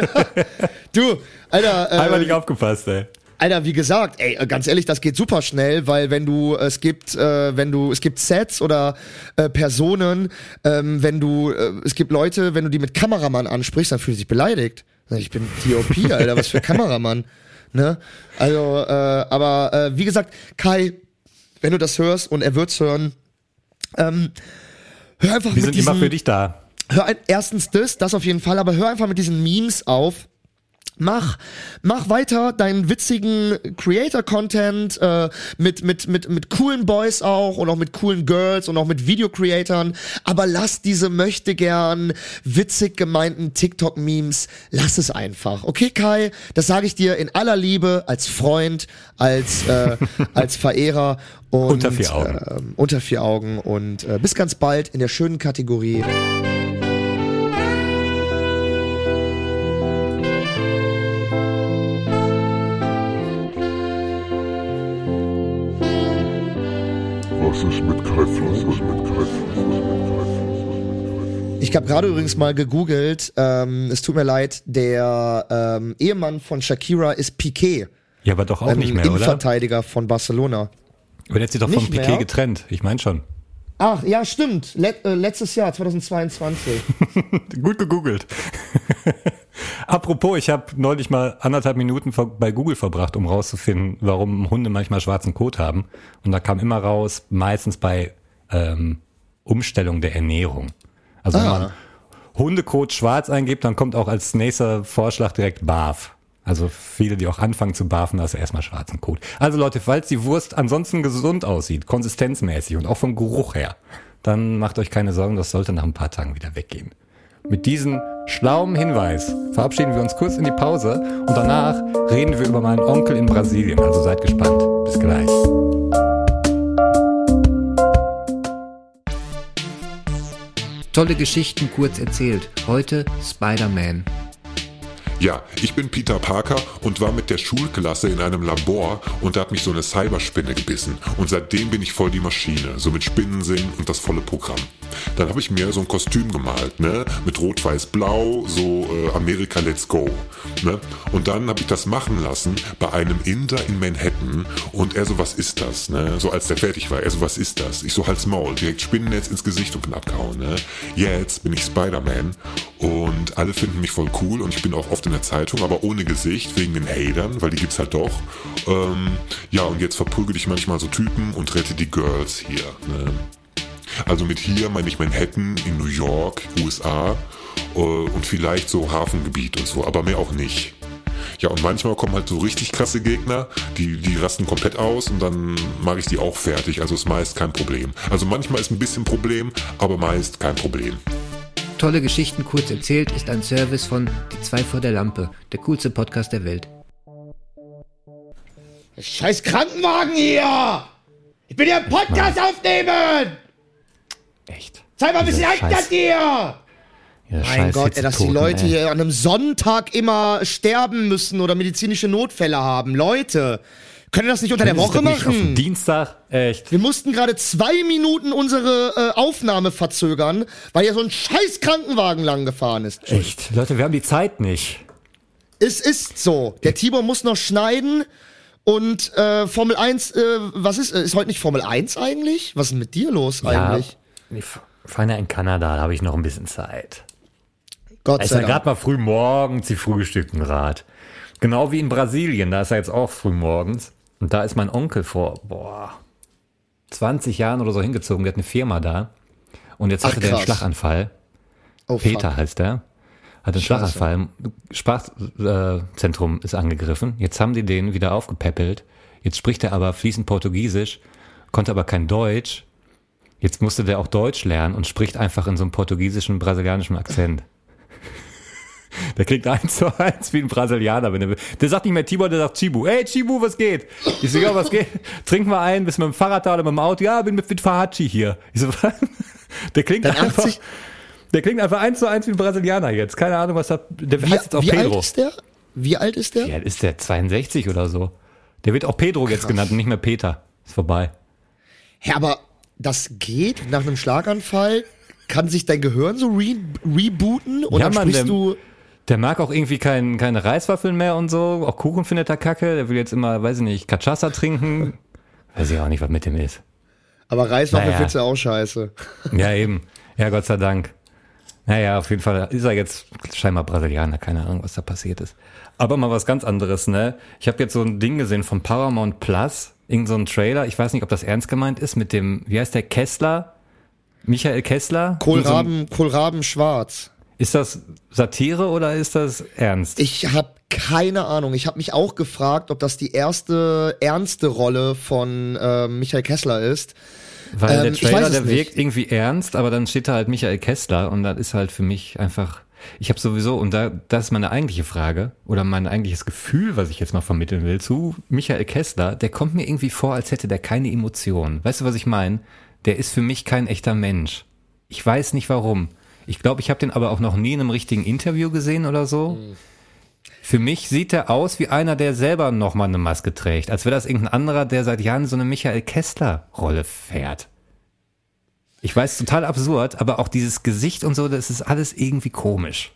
[SPEAKER 2] Du, Alter. Äh,
[SPEAKER 3] Einmal nicht aufgepasst, ey.
[SPEAKER 2] Alter, wie gesagt, ey, ganz ehrlich, das geht super schnell, weil wenn du, es gibt, äh, wenn du, es gibt Sets oder äh, Personen, ähm, wenn du, äh, es gibt Leute, wenn du die mit Kameramann ansprichst, dann fühlen sie sich beleidigt. Ich bin D O P, Alter, was für Kameramann. Ne? Also, äh, aber äh, wie gesagt, Kai, wenn du das hörst und er wird's hören, ähm, hör einfach
[SPEAKER 3] Wir
[SPEAKER 2] mit
[SPEAKER 3] sind
[SPEAKER 2] diesen,
[SPEAKER 3] immer für dich da.
[SPEAKER 2] Hör ein, erstens das, das auf jeden Fall, aber hör einfach mit diesen Memes auf. Mach, mach weiter deinen witzigen Creator-Content äh, mit mit mit mit coolen Boys auch und auch mit coolen Girls und auch mit Video-Creatoren, aber lass diese möchte gern witzig gemeinten TikTok-Memes, lass es einfach. Okay, Kai, das sage ich dir in aller Liebe als Freund, als äh, als Verehrer und
[SPEAKER 3] Unter vier Augen.
[SPEAKER 2] Äh, unter vier Augen und äh, bis ganz bald in der schönen Kategorie.
[SPEAKER 1] Was ist mit Kai Pflaume?
[SPEAKER 2] Ich habe gerade übrigens mal gegoogelt, ähm, es tut mir leid, der ähm, Ehemann von Shakira ist Piqué.
[SPEAKER 3] Ja, aber doch auch
[SPEAKER 2] ein
[SPEAKER 3] nicht mehr, oder?
[SPEAKER 2] Innenverteidiger von Barcelona.
[SPEAKER 3] Aber der hat sich doch
[SPEAKER 2] Nicht
[SPEAKER 3] von Piqué
[SPEAKER 2] mehr?
[SPEAKER 3] getrennt. Ich meine schon.
[SPEAKER 2] Ach, ja, stimmt. Let, äh, letztes Jahr, zweitausendzweiundzwanzig.
[SPEAKER 3] Gut gegoogelt. Apropos, ich habe neulich mal anderthalb Minuten ver- bei Google verbracht, um rauszufinden, warum Hunde manchmal schwarzen Kot haben. Und da kam immer raus, meistens bei ähm, Umstellung der Ernährung. Also wenn
[SPEAKER 2] Ah.
[SPEAKER 3] man Hundekot schwarz eingibt, dann kommt auch als nächster Vorschlag direkt Barf. Also viele, die auch anfangen zu barfen, da ist erstmal schwarzen Kot. Also Leute, falls die Wurst ansonsten gesund aussieht, konsistenzmäßig und auch vom Geruch her, dann macht euch keine Sorgen, das sollte nach ein paar Tagen wieder weggehen. Mit diesem schlauen Hinweis verabschieden wir uns kurz in die Pause und danach reden wir über meinen Onkel in Brasilien. Also seid gespannt. Bis gleich.
[SPEAKER 7] Tolle Geschichten kurz erzählt. Heute Spider-Man.
[SPEAKER 1] Ja, ich bin Peter Parker und war mit der Schulklasse in einem Labor und da hat mich so eine Cyberspinne gebissen. Und seitdem bin ich voll die Maschine, so mit Spinnensinn und das volle Programm. Dann habe ich mir so ein Kostüm gemalt, ne, mit Rot-Weiß-Blau, so äh, America Let's Go, ne. Und dann habe ich das machen lassen bei einem Inder in Manhattan und er so, was ist das, ne, so als der fertig war, er so, was ist das? Ich so, Hals Maul, direkt Spinnennetz ins Gesicht und knapp gehauen, ne. Jetzt bin ich Spider-Man und alle finden mich voll cool und ich bin auch oft in der Zeitung, aber ohne Gesicht, wegen den Hatern, weil die gibt's halt doch. Ähm, ja, und jetzt verprügel ich manchmal so Typen und rette die Girls hier, ne. Also mit hier meine ich Manhattan in New York, U S A äh, und vielleicht so Hafengebiet und so, aber mehr auch nicht. Ja, und manchmal kommen halt so richtig krasse Gegner, die, die rasten komplett aus und dann mache ich die auch fertig, also ist meist kein Problem. Also manchmal ist ein bisschen Problem, aber meist kein Problem.
[SPEAKER 7] Tolle Geschichten kurz erzählt ist ein Service von Die zwei vor der Lampe, der coolste Podcast der Welt.
[SPEAKER 2] Scheiß Krankenwagen hier! Ich will hier einen Podcast
[SPEAKER 3] Mann.
[SPEAKER 2] aufnehmen!
[SPEAKER 3] Echt.
[SPEAKER 2] Sei mal ein bisschen
[SPEAKER 3] Dieser
[SPEAKER 2] Alter
[SPEAKER 3] Scheiß-
[SPEAKER 2] dir!
[SPEAKER 3] Ja,
[SPEAKER 2] Mein
[SPEAKER 3] scheiß
[SPEAKER 2] Gott, ey, dass die
[SPEAKER 3] Hitzetoten,
[SPEAKER 2] Leute
[SPEAKER 3] ey.
[SPEAKER 2] hier an einem Sonntag immer sterben müssen oder medizinische Notfälle haben. Leute, können wir das nicht unter der
[SPEAKER 3] Können Sie
[SPEAKER 2] Woche
[SPEAKER 3] das nicht auf
[SPEAKER 2] machen?
[SPEAKER 3] Dienstag? Echt.
[SPEAKER 2] Wir mussten gerade zwei Minuten unsere äh, Aufnahme verzögern, weil hier so ein scheiß Krankenwagen lang gefahren ist.
[SPEAKER 3] Echt. Leute, wir haben die Zeit nicht.
[SPEAKER 2] Es ist so. Der Tibor muss noch schneiden und äh, Formel eins, äh, was ist, äh, ist heute nicht Formel eins eigentlich? Was ist denn mit dir los eigentlich?
[SPEAKER 3] Ja, ich fahre ja in Kanada, da habe ich noch ein bisschen Zeit.
[SPEAKER 2] Gott
[SPEAKER 3] Da ist
[SPEAKER 2] sei
[SPEAKER 3] ja
[SPEAKER 2] Dank.
[SPEAKER 3] gerade mal früh morgens die Frühstückenrad. Genau wie in Brasilien, da ist er jetzt auch früh morgens. Und da ist mein Onkel vor, boah, zwanzig Jahren oder so hingezogen, der hat eine Firma da. Und jetzt
[SPEAKER 2] Ach,
[SPEAKER 3] hatte der einen
[SPEAKER 2] krass.
[SPEAKER 3] Schlaganfall.
[SPEAKER 2] Oh,
[SPEAKER 3] Peter
[SPEAKER 2] fuck.
[SPEAKER 3] heißt der. Hat einen
[SPEAKER 2] Scheiße.
[SPEAKER 3] Schlaganfall. Sprachzentrum ist angegriffen. Jetzt haben die den wieder aufgepäppelt. Jetzt spricht er aber fließend Portugiesisch, konnte aber kein Deutsch. Jetzt musste der auch Deutsch lernen und spricht einfach in so einem portugiesischen, brasilianischen Akzent. Der klingt eins zu eins wie ein Brasilianer. Wenn der, der sagt nicht mehr Tibor, der sagt Chibu. Hey Chibu, was geht? Ich so, ja, was geht? Trinken wir ein, bist du mit dem Fahrrad da oder mit dem Auto? Ja, bin mit, mit Fahachi hier. Ich so, was? Der klingt
[SPEAKER 2] Dann
[SPEAKER 3] einfach,
[SPEAKER 2] achtzig
[SPEAKER 3] der klingt einfach eins zu eins wie ein Brasilianer jetzt. Keine Ahnung, was da, der
[SPEAKER 2] Wie,
[SPEAKER 3] heißt jetzt auch
[SPEAKER 2] wie alt
[SPEAKER 3] Pedro.
[SPEAKER 2] ist der? Wie alt ist der?
[SPEAKER 3] Wie alt ist der? zweiundsechzig oder so. Der wird auch Pedro jetzt genannt und nicht mehr Peter. Ist vorbei.
[SPEAKER 2] Ja, aber das geht nach einem Schlaganfall? Kann sich dein Gehirn so re rebooten und
[SPEAKER 3] Ja,
[SPEAKER 2] dann
[SPEAKER 3] Mann,
[SPEAKER 2] sprichst
[SPEAKER 3] der-
[SPEAKER 2] du...
[SPEAKER 3] Der mag auch irgendwie kein, keine Reiswaffeln mehr und so. Auch Kuchen findet er kacke. Der will jetzt immer, weiß ich nicht, Cachaça trinken. Weiß ich auch nicht, was mit dem ist.
[SPEAKER 2] Aber Reiswaffel
[SPEAKER 3] Naja.
[SPEAKER 2] findest du auch scheiße.
[SPEAKER 3] Ja, eben. Ja, Gott sei Dank. Naja, auf jeden Fall ist er jetzt scheinbar Brasilianer. Keine Ahnung, was da passiert ist. Aber mal was ganz anderes, ne? Ich habe jetzt so ein Ding gesehen von Paramount Plus. Irgend so ein Trailer. Ich weiß nicht, ob das ernst gemeint ist mit dem, wie heißt der, Kessler? Michael Kessler? Irgend so ein-
[SPEAKER 2] Kohlraben, Kohlraben schwarz.
[SPEAKER 3] Ist das Satire oder ist das ernst?
[SPEAKER 2] Ich habe keine Ahnung. Ich habe mich auch gefragt, ob das die erste ernste Rolle von äh, Michael Kessler ist.
[SPEAKER 3] Weil
[SPEAKER 2] Ähm,
[SPEAKER 3] der
[SPEAKER 2] ich
[SPEAKER 3] Trailer,
[SPEAKER 2] weiß es
[SPEAKER 3] der
[SPEAKER 2] nicht.
[SPEAKER 3] wirkt irgendwie ernst, aber dann steht da halt Michael Kessler und das ist halt für mich einfach, ich habe sowieso, und da das ist meine eigentliche Frage oder mein eigentliches Gefühl, was ich jetzt mal vermitteln will zu Michael Kessler, der kommt mir irgendwie vor, als hätte der keine Emotionen. Weißt du, was ich meine? Der ist für mich kein echter Mensch. Ich weiß nicht warum. Ich glaube, ich habe den aber auch noch nie in einem richtigen Interview gesehen oder so. Für mich sieht er aus wie einer, der selber nochmal eine Maske trägt. Als wäre das irgendein anderer, der seit Jahren so eine Michael Kessler-Rolle fährt. Ich weiß, total absurd, aber auch dieses Gesicht und so, das ist alles irgendwie komisch.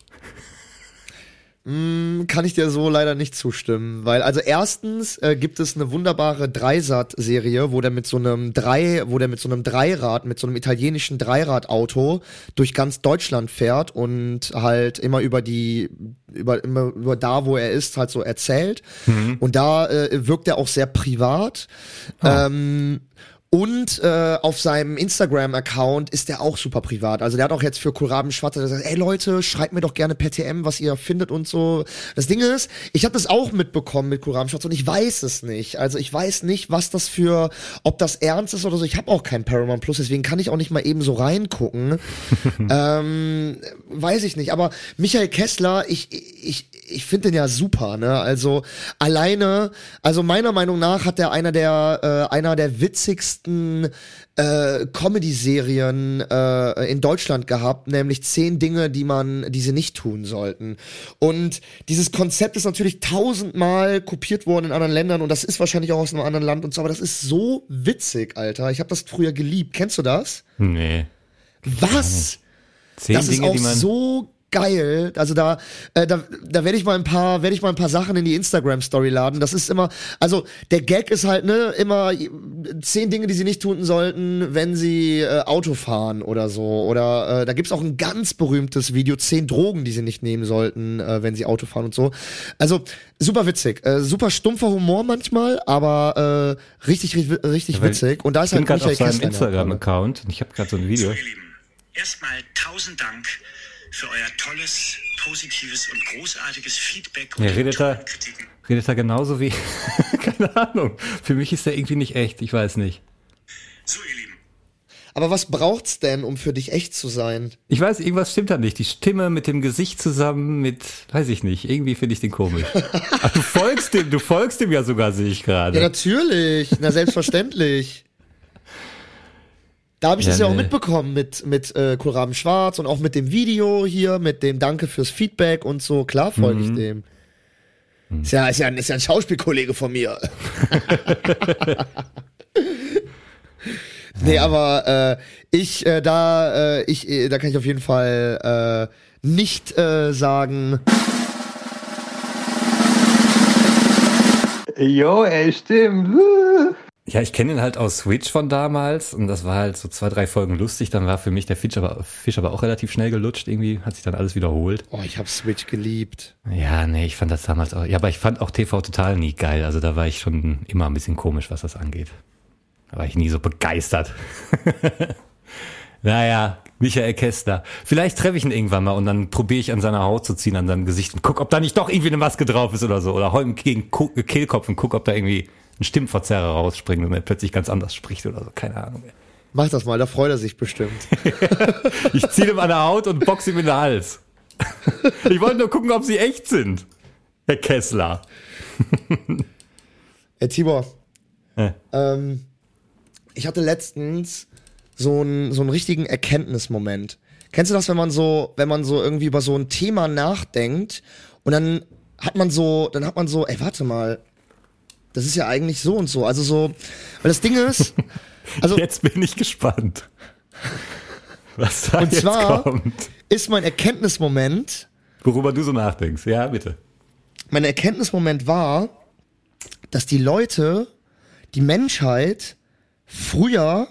[SPEAKER 2] Kann ich dir so leider nicht zustimmen, weil also erstens äh, gibt es eine wunderbare Dreisat-Serie, wo der mit so einem drei, wo der mit so einem Dreirad, mit so einem italienischen Dreiradauto durch ganz Deutschland fährt und halt immer über die, über immer über da, wo er ist, halt so erzählt. Und da äh, wirkt er auch sehr privat. Ähm, Und äh, auf seinem Instagram-Account ist der auch super privat. Also der hat auch jetzt für Kohlraben Schwarz gesagt, ey Leute, schreibt mir doch gerne per T M, was ihr findet und so. Das Ding ist, ich habe das auch mitbekommen mit Kohlraben Schwarz und ich weiß es nicht. Also ich weiß nicht, was das für, ob das ernst ist oder so. Ich habe auch kein Paramount Plus, deswegen kann ich auch nicht mal eben so reingucken. ähm, weiß ich nicht. Aber Michael Kessler, ich, ich, ich finde den ja super, ne? Also alleine, also meiner Meinung nach hat er einer der, äh, einer der witzigsten äh, Comedy-Serien äh, in Deutschland gehabt, nämlich zehn Dinge, die man, die sie nicht tun sollten. Und dieses Konzept ist natürlich tausendmal kopiert worden in anderen Ländern und das ist wahrscheinlich auch aus einem anderen Land und so, aber das ist so witzig, Alter. Ich habe das früher geliebt. Kennst du das?
[SPEAKER 3] Nee.
[SPEAKER 2] Was?
[SPEAKER 3] Zehn
[SPEAKER 2] Das ist
[SPEAKER 3] Dinge,
[SPEAKER 2] auch
[SPEAKER 3] die man.
[SPEAKER 2] so geil. Also da, äh, da, da werde ich mal ein paar, werde ich mal ein paar Sachen in die Instagram-Story laden. Das ist immer, also der Gag ist halt ne immer zehn Dinge, die sie nicht tun sollten, wenn sie äh, Auto fahren oder so. Oder äh, da gibt's auch ein ganz berühmtes Video, zehn Drogen, die sie nicht nehmen sollten, äh, wenn sie Auto fahren und so. Also super witzig, äh, super stumpfer Humor manchmal, aber äh, richtig, richtig, richtig
[SPEAKER 3] Weil
[SPEAKER 2] witzig. Und da ist
[SPEAKER 3] ich bin
[SPEAKER 2] halt
[SPEAKER 3] gerade auf
[SPEAKER 2] Michael
[SPEAKER 3] seinem
[SPEAKER 2] Kessler in der Rolle.
[SPEAKER 3] Instagram-Account und ich habe gerade so ein Video.
[SPEAKER 8] So, ihr Lieben, erstmal tausend Dank für euer tolles, positives und großartiges Feedback und
[SPEAKER 3] Ja, redet er,
[SPEAKER 8] tollen Kritiken.
[SPEAKER 3] redet er genauso wie, keine Ahnung. Für mich ist der irgendwie nicht echt, ich weiß nicht.
[SPEAKER 8] So, ihr Lieben,
[SPEAKER 2] Aber was braucht's denn, um für dich echt zu sein?
[SPEAKER 3] Ich weiß, irgendwas stimmt da nicht. Die Stimme mit dem Gesicht zusammen mit, weiß ich nicht, irgendwie finde ich den komisch. Ach, du folgst dem, du folgst dem ja sogar, sehe ich gerade.
[SPEAKER 2] Ja, natürlich. Na, selbstverständlich. Da habe ich ja, das ja nee. auch mitbekommen mit, mit äh, Kohlraben Schwarz und auch mit dem Video hier, mit dem Danke fürs Feedback und so. Klar folge mhm. ich dem. Mhm. Ist, ja, ist, ja, ist ja ein Schauspielkollege von mir. Nee, aber äh, ich, äh, da, äh, ich, äh, da kann ich auf jeden Fall äh, nicht äh, sagen.
[SPEAKER 9] Jo, ey, stimmt.
[SPEAKER 3] Ja, ich kenne ihn halt aus Switch von damals und das war halt so zwei, drei Folgen lustig. Dann war für mich der Fisch aber, Fisch aber auch relativ schnell gelutscht irgendwie, hat sich dann alles wiederholt.
[SPEAKER 2] Oh, ich hab Switch geliebt.
[SPEAKER 3] Ja, nee, ich fand das damals auch, ja, aber ich fand auch T V Total nie geil. Also da war ich schon immer ein bisschen komisch, was das angeht. Da war ich nie so begeistert. Naja, Michael Kessler. Vielleicht treffe ich ihn irgendwann mal und dann probiere ich an seiner Haut zu ziehen, an seinem Gesicht und guck, ob da nicht doch irgendwie eine Maske drauf ist oder so. Oder hol ihm gegen den Kehlkopf und guck, ob da irgendwie ein Stimmverzerrer rausspringt und er plötzlich ganz anders spricht oder so. Keine Ahnung.
[SPEAKER 2] Mach das mal, da freut er sich bestimmt.
[SPEAKER 3] Ich ziehe ihm an der Haut und boxe ihm in den Hals. Ich wollte nur gucken, ob sie echt sind. Herr Kessler.
[SPEAKER 2] Herr Tibor.
[SPEAKER 3] Äh.
[SPEAKER 2] Ähm... Ich hatte letztens so einen so einen richtigen Erkenntnismoment. Kennst du das, wenn man so, wenn man so irgendwie über so ein Thema nachdenkt und dann hat man so, dann hat man so, ey, warte mal, das ist ja eigentlich so und so. Also so, weil das Ding ist, also
[SPEAKER 3] jetzt bin ich gespannt, was da
[SPEAKER 2] und
[SPEAKER 3] jetzt
[SPEAKER 2] zwar
[SPEAKER 3] kommt.
[SPEAKER 2] Ist mein Erkenntnismoment,
[SPEAKER 3] worüber du so nachdenkst. Ja, bitte.
[SPEAKER 2] Mein Erkenntnismoment war, dass die Leute, die Menschheit früher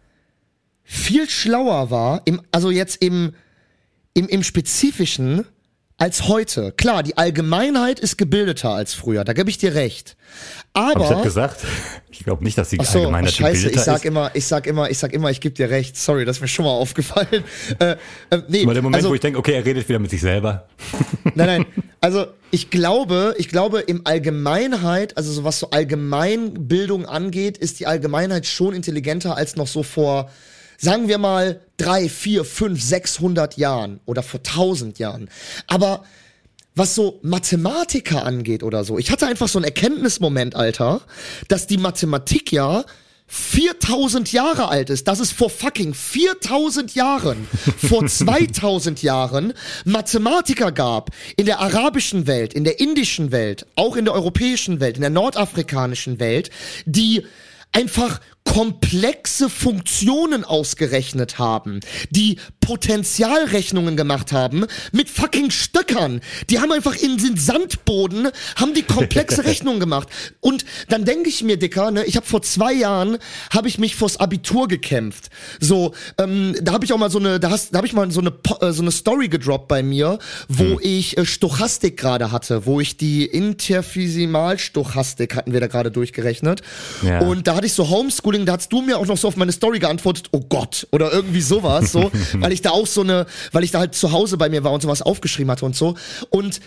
[SPEAKER 2] viel schlauer war, im, also jetzt im, im, im Spezifischen, als heute. Klar, die Allgemeinheit ist gebildeter als früher, da gebe ich dir recht. Aber...
[SPEAKER 3] Hab ich das gesagt? Ich glaube nicht, dass die
[SPEAKER 2] ach so,
[SPEAKER 3] Allgemeinheit
[SPEAKER 2] scheiße,
[SPEAKER 3] gebildeter
[SPEAKER 2] ich sag
[SPEAKER 3] ist.
[SPEAKER 2] immer, ich sag immer, ich sag immer, ich gebe dir recht. Sorry, das ist mir schon mal aufgefallen. äh, äh, nee,
[SPEAKER 3] Mal der Moment,
[SPEAKER 2] also,
[SPEAKER 3] wo ich denke, okay, er redet wieder mit sich selber.
[SPEAKER 2] Nein, nein. Also ich glaube, ich glaube im Allgemeinheit, also so was so Allgemeinbildung angeht, ist die Allgemeinheit schon intelligenter als noch so vor, sagen wir mal, drei, vier, fünf, sechshundert Jahren oder vor tausend Jahren. Aber was so Mathematiker angeht oder so, ich hatte einfach so einen Erkenntnismoment, Alter, dass die Mathematik ja viertausend Jahre alt ist, dass es vor fucking viertausend Jahren, vor zweitausend Jahren Mathematiker gab in der arabischen Welt, in der indischen Welt, auch in der europäischen Welt, in der nordafrikanischen Welt, die einfach komplexe Funktionen ausgerechnet haben, die Potentialrechnungen gemacht haben mit fucking Stöckern. Die haben einfach in den Sandboden, haben die komplexe Rechnungen gemacht. Und dann denke ich mir, Dicker, ne, ich habe vor zwei Jahren, habe ich mich vors Abitur gekämpft. So, ähm, da habe ich auch mal so eine, da, hast, da habe ich mal so eine, äh, so eine Story gedroppt bei mir, wo hm. ich äh, Stochastik gerade hatte, wo ich die Interphysimalstochastik hatten wir da gerade durchgerechnet. Ja. Und da hatte ich so Homeschooling, da hast du mir auch noch so auf meine Story geantwortet, oh Gott, oder irgendwie sowas, so, weil ich da auch so eine, weil ich da halt zu Hause bei mir war und sowas aufgeschrieben hatte und so. Und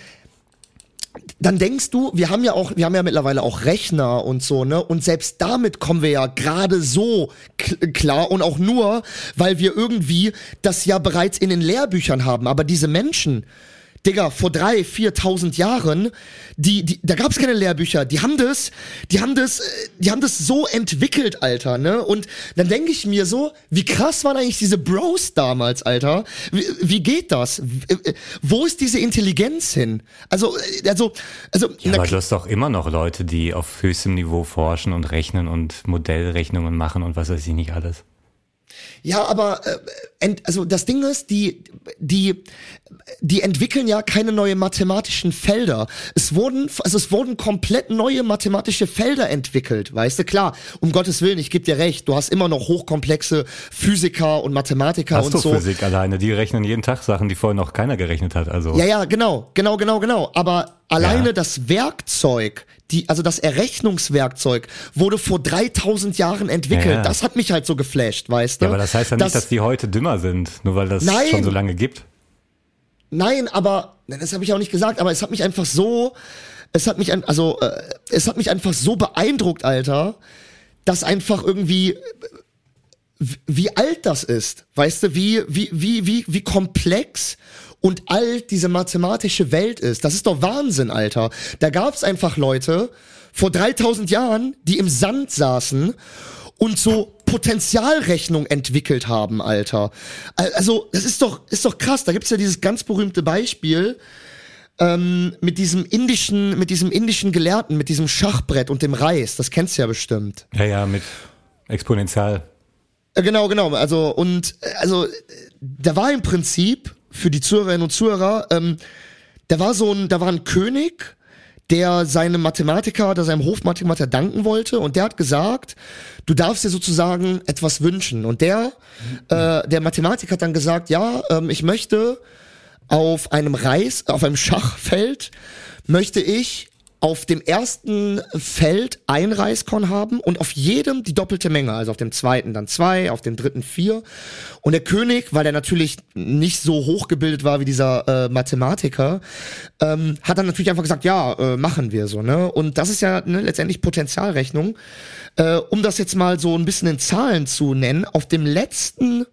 [SPEAKER 2] dann denkst du, wir haben ja auch, wir haben ja mittlerweile auch Rechner und so, ne? Und selbst damit kommen wir ja gerade so k- klar und auch nur, weil wir irgendwie das ja bereits in den Lehrbüchern haben. Aber diese Menschen, Digga, vor drei, viertausend Jahren, die, die, da gab's keine Lehrbücher. Die haben das, die haben das, die haben das so entwickelt, Alter, ne? Und dann denke ich mir so, wie krass waren eigentlich diese Bros damals, Alter? Wie, wie geht das? Wo ist diese Intelligenz hin? Also, also, also.
[SPEAKER 3] Ja, aber du hast doch immer noch Leute, die auf höchstem Niveau forschen und rechnen und Modellrechnungen machen und was weiß ich nicht alles.
[SPEAKER 2] Ja, aber äh, ent, also das Ding ist, die die die entwickeln ja keine neuen mathematischen Felder. Es wurden also es wurden komplett neue mathematische Felder entwickelt, weißt du? Klar, um Gottes Willen, ich geb dir recht, du hast immer noch hochkomplexe Physiker und Mathematiker und so.
[SPEAKER 3] Astrophysik alleine, die rechnen jeden Tag Sachen, die vorher noch keiner gerechnet hat, also.
[SPEAKER 2] Ja, ja, genau, genau, genau, genau, aber alleine
[SPEAKER 3] ja.
[SPEAKER 2] das Werkzeug, die, also das Errechnungswerkzeug wurde vor dreitausend Jahren entwickelt. Ja, ja. Das hat mich halt so geflasht, weißt du?
[SPEAKER 3] Ja, aber das heißt ja nicht, dass die heute dümmer sind, nur weil das
[SPEAKER 2] nein,
[SPEAKER 3] schon so lange gibt.
[SPEAKER 2] Nein, aber, das habe ich auch nicht gesagt, aber es hat mich einfach so, es hat mich, also, äh, es hat mich einfach so beeindruckt, Alter, dass einfach irgendwie wie alt das ist, weißt du, wie, wie, wie, wie, wie komplex und alt diese mathematische Welt ist. Das ist doch Wahnsinn, Alter. Da gab's einfach Leute vor dreitausend Jahren, die im Sand saßen und so Potentialrechnung entwickelt haben, Alter. Also, das ist doch, ist doch krass. Da gibt's ja dieses ganz berühmte Beispiel, ähm, mit diesem indischen, mit diesem indischen Gelehrten, mit diesem Schachbrett und dem Reis. Das kennst du ja bestimmt.
[SPEAKER 3] Ja, ja, mit Exponential.
[SPEAKER 2] Genau, genau. Also, und, also, da war im Prinzip, für die Zuhörerinnen und Zuhörer, ähm, da war so ein, da war ein König, der seinem Mathematiker oder seinem Hofmathematiker danken wollte, und der hat gesagt, du darfst dir sozusagen etwas wünschen. Und der, äh, der Mathematiker hat dann gesagt, ja, ähm, ich möchte auf einem Reis, auf einem Schachfeld, möchte ich auf dem ersten Feld ein Reiskorn haben und auf jedem die doppelte Menge, also auf dem zweiten dann zwei, auf dem dritten vier. Und der König, weil er natürlich nicht so hochgebildet war wie dieser äh, Mathematiker, ähm, hat dann natürlich einfach gesagt, ja, äh, machen wir so, ne? Und das ist ja ne, letztendlich Potentialrechnung. Äh, um das jetzt mal so ein bisschen in Zahlen zu nennen, auf dem letzten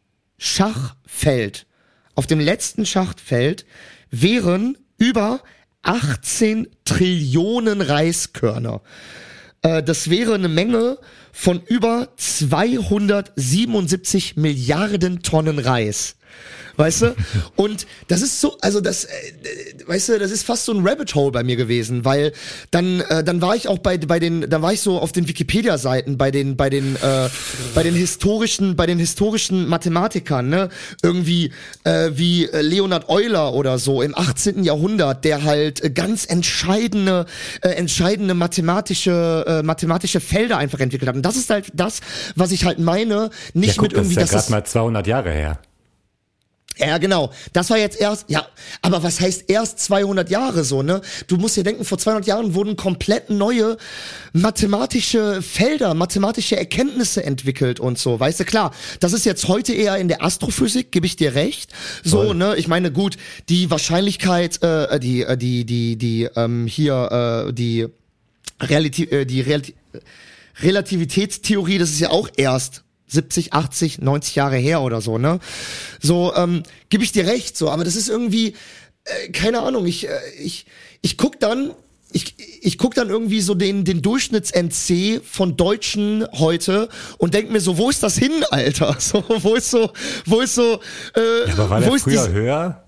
[SPEAKER 2] Schachfeld, auf dem letzten Schachfeld wären über achtzehn Trillionen Reiskörner. Äh, das wäre eine Menge von über zweihundertsiebenundsiebzig Milliarden Tonnen Reis. Weißt du? Und das ist so, also das, äh, weißt du, das ist fast so ein Rabbit Hole bei mir gewesen, weil dann, äh, dann war ich auch bei, bei den, dann war ich so auf den Wikipedia-Seiten, bei den, bei den, äh, bei den historischen, bei den historischen Mathematikern, ne? Irgendwie, äh, wie Leonhard Euler oder so im achtzehnten Jahrhundert, der halt ganz entscheidende, äh, entscheidende mathematische, äh, mathematische Felder einfach entwickelt hat. Und das ist halt das, was ich halt meine, nicht
[SPEAKER 3] ja, guck,
[SPEAKER 2] mit irgendwie,
[SPEAKER 3] das ist ja
[SPEAKER 2] das
[SPEAKER 3] gerade mal zweihundert Jahre her.
[SPEAKER 2] Ja, genau. Das war jetzt erst, ja, aber was heißt erst zweihundert Jahre so, ne? Du musst dir denken, vor zweihundert Jahren wurden komplett neue mathematische Felder, mathematische Erkenntnisse entwickelt und so, weißt du, klar. Das ist jetzt heute eher in der Astrophysik, gebe ich dir recht. So, Toll. ne? Ich meine, gut, die Wahrscheinlichkeit, äh, die, äh, die, die, die, ähm, hier, äh, die Realiti- äh, die Realiti- Relativitätstheorie, das ist ja auch erst siebzig, achtzig, neunzig Jahre her oder so, ne? So, ähm, gebe ich dir recht, so, aber das ist irgendwie, äh, keine Ahnung, ich, äh, ich, ich guck dann, ich, ich guck dann irgendwie so den, den Durchschnitts-N C von Deutschen heute und denk mir so, wo ist das hin, Alter? So, wo ist so, wo ist so, äh,
[SPEAKER 3] ja, aber war
[SPEAKER 2] wo
[SPEAKER 3] der
[SPEAKER 2] ist
[SPEAKER 3] früher
[SPEAKER 2] dies,
[SPEAKER 3] höher?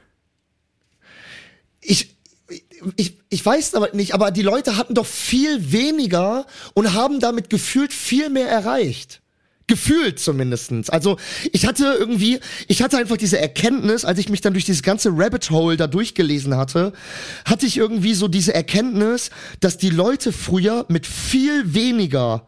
[SPEAKER 2] Ich, Ich, ich weiß aber nicht, aber die Leute hatten doch viel weniger und haben damit gefühlt viel mehr erreicht. Gefühlt zumindestens. Also ich hatte irgendwie, ich hatte einfach diese Erkenntnis, als ich mich dann durch dieses ganze Rabbit Hole da durchgelesen hatte, hatte ich irgendwie so diese Erkenntnis, dass die Leute früher mit viel weniger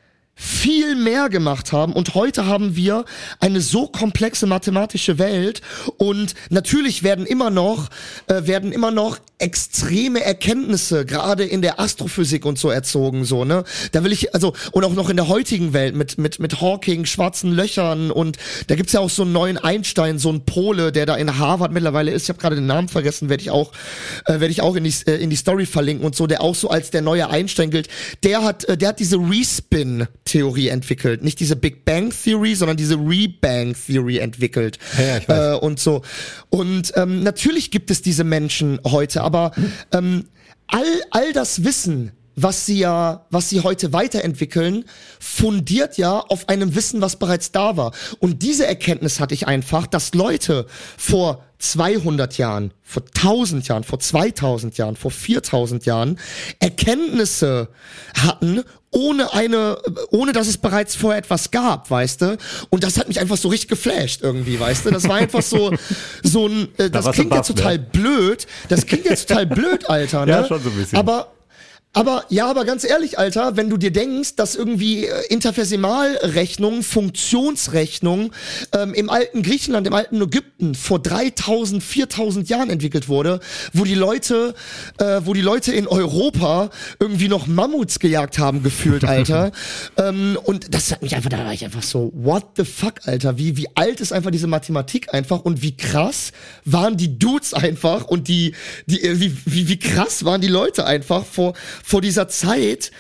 [SPEAKER 2] viel mehr gemacht haben, und heute haben wir eine so komplexe mathematische Welt, und natürlich werden immer noch äh, werden immer noch extreme Erkenntnisse gerade in der Astrophysik und so erzogen, so, ne? Da will ich, also, und auch noch in der heutigen Welt mit mit mit Hawking, schwarzen Löchern, und da gibt's ja auch so einen neuen Einstein, so einen Pole, der da in Harvard mittlerweile ist. Ich habe gerade den Namen vergessen, werde ich auch äh, werde ich auch in die äh, in die Story verlinken und so, der auch so als der neue Einstein gilt. Der hat äh, der hat diese Respin Theorie entwickelt, nicht diese Big Bang Theory, sondern diese Rebang Theory entwickelt.
[SPEAKER 3] Ja, ja, ich weiß.
[SPEAKER 2] Äh, und so. Und ähm, natürlich gibt es diese Menschen heute, aber ähm, all all das Wissen, was sie ja, was sie heute weiterentwickeln, fundiert ja auf einem Wissen, was bereits da war. Und diese Erkenntnis hatte ich einfach, dass Leute vor zweihundert Jahren, vor tausend Jahren, vor zweitausend Jahren, vor viertausend Jahren Erkenntnisse hatten, ohne eine, ohne dass es bereits vorher etwas gab, weißt du? Und das hat mich einfach so richtig geflasht irgendwie, weißt du? Das war einfach so, so ein, äh, das
[SPEAKER 3] da
[SPEAKER 2] klingt ja
[SPEAKER 3] baff,
[SPEAKER 2] total
[SPEAKER 3] ne?
[SPEAKER 2] blöd, das klingt ja total blöd, Alter, ne?
[SPEAKER 3] Ja, schon so ein bisschen.
[SPEAKER 2] Aber Aber, ja, aber ganz ehrlich, Alter, wenn du dir denkst, dass irgendwie äh, Interfesimalrechnung, Funktionsrechnung ähm, im alten Griechenland, im alten Ägypten vor dreitausend, viertausend Jahren entwickelt wurde, wo die Leute, äh, wo die Leute in Europa irgendwie noch Mammuts gejagt haben, gefühlt, Alter. ähm, und das hat mich einfach, da war ich einfach so, what the fuck, Alter, wie, wie alt ist einfach diese Mathematik einfach, und wie krass waren die Dudes einfach, und die, die, äh, wie, wie, wie krass waren die Leute einfach vor, vor dieser Zeit,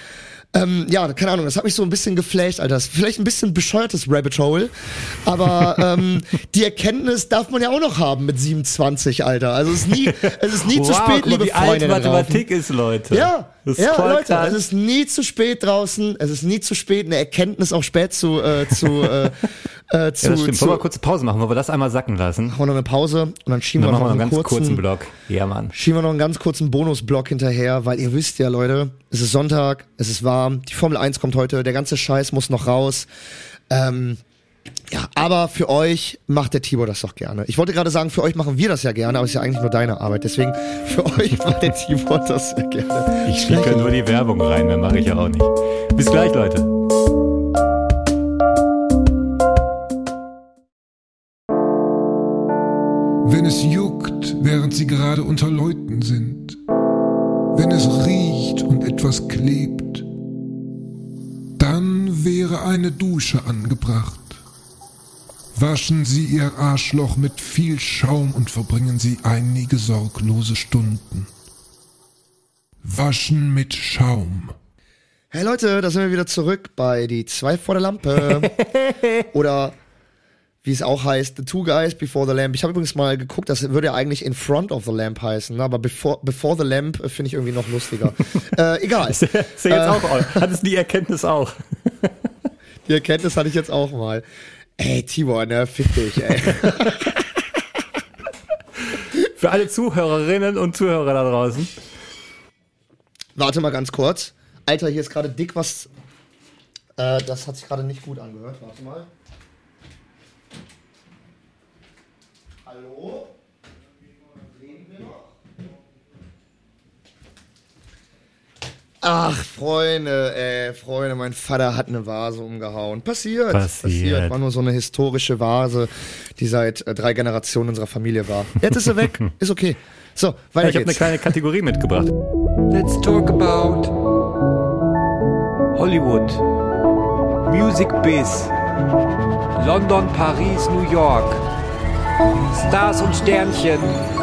[SPEAKER 2] Ähm, ja, keine Ahnung, das hat mich so ein bisschen geflasht, Alter. Das ist vielleicht ein bisschen bescheuertes Rabbit Hole, aber ähm, die Erkenntnis darf man ja auch noch haben mit siebenundzwanzig, Alter. Also es ist nie, es ist nie
[SPEAKER 3] wow,
[SPEAKER 2] zu spät,
[SPEAKER 3] guck mal,
[SPEAKER 2] liebe
[SPEAKER 3] wie
[SPEAKER 2] Freunde.
[SPEAKER 3] alt Mathematik ist, Leute.
[SPEAKER 2] Ja,
[SPEAKER 3] das ist
[SPEAKER 2] ja,
[SPEAKER 3] voll
[SPEAKER 2] Leute,
[SPEAKER 3] krass.
[SPEAKER 2] es ist nie zu spät draußen. Es ist nie zu spät, eine Erkenntnis auch spät zu äh, zu äh, äh, zu.
[SPEAKER 3] Ja, das stimmt.
[SPEAKER 2] zu
[SPEAKER 3] Wollen wir mal kurze Pause machen, wollen wir das einmal sacken lassen?
[SPEAKER 2] machen wir noch eine Pause und dann schieben
[SPEAKER 3] Dann
[SPEAKER 2] wir
[SPEAKER 3] machen
[SPEAKER 2] noch
[SPEAKER 3] wir
[SPEAKER 2] einen
[SPEAKER 3] einen ganz
[SPEAKER 2] kurzen,
[SPEAKER 3] kurzen Block. Ja, Mann.
[SPEAKER 2] Schieben wir noch einen ganz kurzen Bonusblock hinterher, weil ihr wisst ja, Leute, es ist Sonntag, es ist warm, die Formel eins kommt heute, der ganze Scheiß muss noch raus. Ähm, ja, aber für euch macht der Tibor das doch gerne. Ich wollte gerade sagen, für euch machen wir das ja gerne, aber es ist ja eigentlich nur deine Arbeit. Deswegen, für euch macht der Tibor das sehr gerne.
[SPEAKER 3] Ich schicke nur die Werbung rein, mehr mache ich ja auch nicht. Bis gleich, Leute.
[SPEAKER 1] Wenn es juckt, während sie gerade unter Leuten sind. Wenn es riecht und etwas klebt. Dann wäre eine Dusche angebracht. Waschen Sie Ihr Arschloch mit viel Schaum und verbringen Sie einige sorglose Stunden. Waschen mit Schaum.
[SPEAKER 2] Hey Leute, da sind wir wieder zurück bei die zwei vor der Lampe. Oder wie es auch heißt, The Two Guys Before the Lamp. Ich habe übrigens mal geguckt, das würde ja eigentlich In Front of the Lamp heißen, aber Before, before the Lamp finde ich irgendwie noch lustiger. äh, egal.
[SPEAKER 3] Ist ja jetzt äh, auch, hattest du die Erkenntnis auch?
[SPEAKER 2] Die Erkenntnis hatte ich jetzt auch mal. Ey, Tibor, ne, fick dich, ey.
[SPEAKER 3] Für alle Zuhörerinnen und Zuhörer da draußen.
[SPEAKER 2] Warte mal ganz kurz. Alter, hier ist gerade dick was. Äh, das hat sich gerade nicht gut angehört. Warte mal. Hallo? Reden wir noch? Ach, Freunde, ey, Freunde, mein Vater hat eine Vase umgehauen. Passiert,
[SPEAKER 3] passiert.
[SPEAKER 2] passiert. War nur so eine historische Vase, die seit äh, drei Generationen unserer Familie war. Jetzt ist sie weg, ist okay. So, weiter
[SPEAKER 3] Ich habe eine
[SPEAKER 2] geht's.
[SPEAKER 3] kleine Kategorie mitgebracht.
[SPEAKER 5] Let's talk about Hollywood, Music Biz, London, Paris, New York, Stars und Sternchen.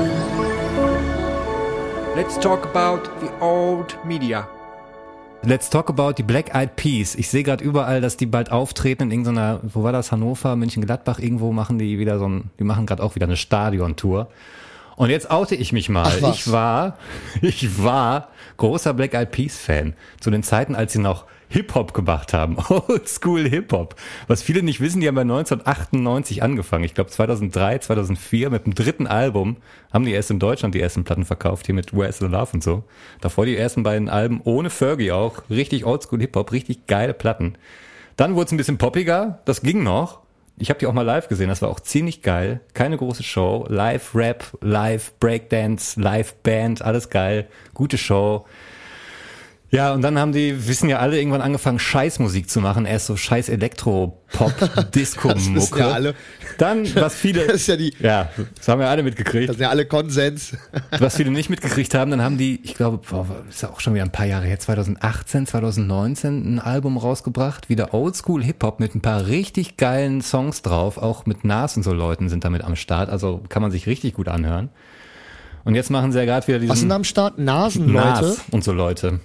[SPEAKER 5] Let's talk about the old media.
[SPEAKER 3] Let's talk about die Black Eyed Peas. Ich sehe gerade überall, dass die bald auftreten in irgendeiner, wo war das, Hannover, München-Gladbach, irgendwo machen die wieder so ein, die machen gerade auch wieder eine Stadiontour. Und jetzt oute ich mich mal.
[SPEAKER 2] Ach, was?
[SPEAKER 3] Ich war, ich war großer Black Eyed Peas Fan. Zu den Zeiten, als sie noch Hip-Hop gemacht haben. Oldschool Hip-Hop. Was viele nicht wissen, die haben bei neunzehnhundertachtundneunzig angefangen. Ich glaube zweitausenddrei, zweitausendvier mit dem dritten Album haben die erst in Deutschland die ersten Platten verkauft, hier mit Where's the Love und so. Davor die ersten beiden Alben ohne Fergie auch. Richtig Oldschool Hip-Hop, richtig geile Platten. Dann wurde es ein bisschen poppiger, das ging noch. Ich habe die auch mal live gesehen, das war auch ziemlich geil. Keine große Show, Live-Rap, Live-Breakdance, Live-Band, alles geil. Gute Show. Ja, und dann haben die, wissen ja alle, irgendwann angefangen, Scheißmusik zu machen. Erst so scheiß Elektro-Pop-Disco-Mucke.
[SPEAKER 2] Das wissen ja alle.
[SPEAKER 3] Dann, was viele...
[SPEAKER 2] Das ist ja die...
[SPEAKER 3] Ja, das haben ja alle mitgekriegt.
[SPEAKER 2] Das sind ja alle Konsens.
[SPEAKER 3] Was viele nicht mitgekriegt haben, dann haben die, ich glaube, boah, ist ja auch schon wieder ein paar Jahre her, zweitausendachtzehn, zweitausendneunzehn ein Album rausgebracht, wieder Oldschool Hip-Hop mit ein paar richtig geilen Songs drauf, auch mit Nas und so Leuten sind damit am Start, also kann man sich richtig gut anhören. Und jetzt machen sie ja gerade wieder diesen...
[SPEAKER 2] Was sind da am Start? Nasenleute?
[SPEAKER 3] Nas und so Leute.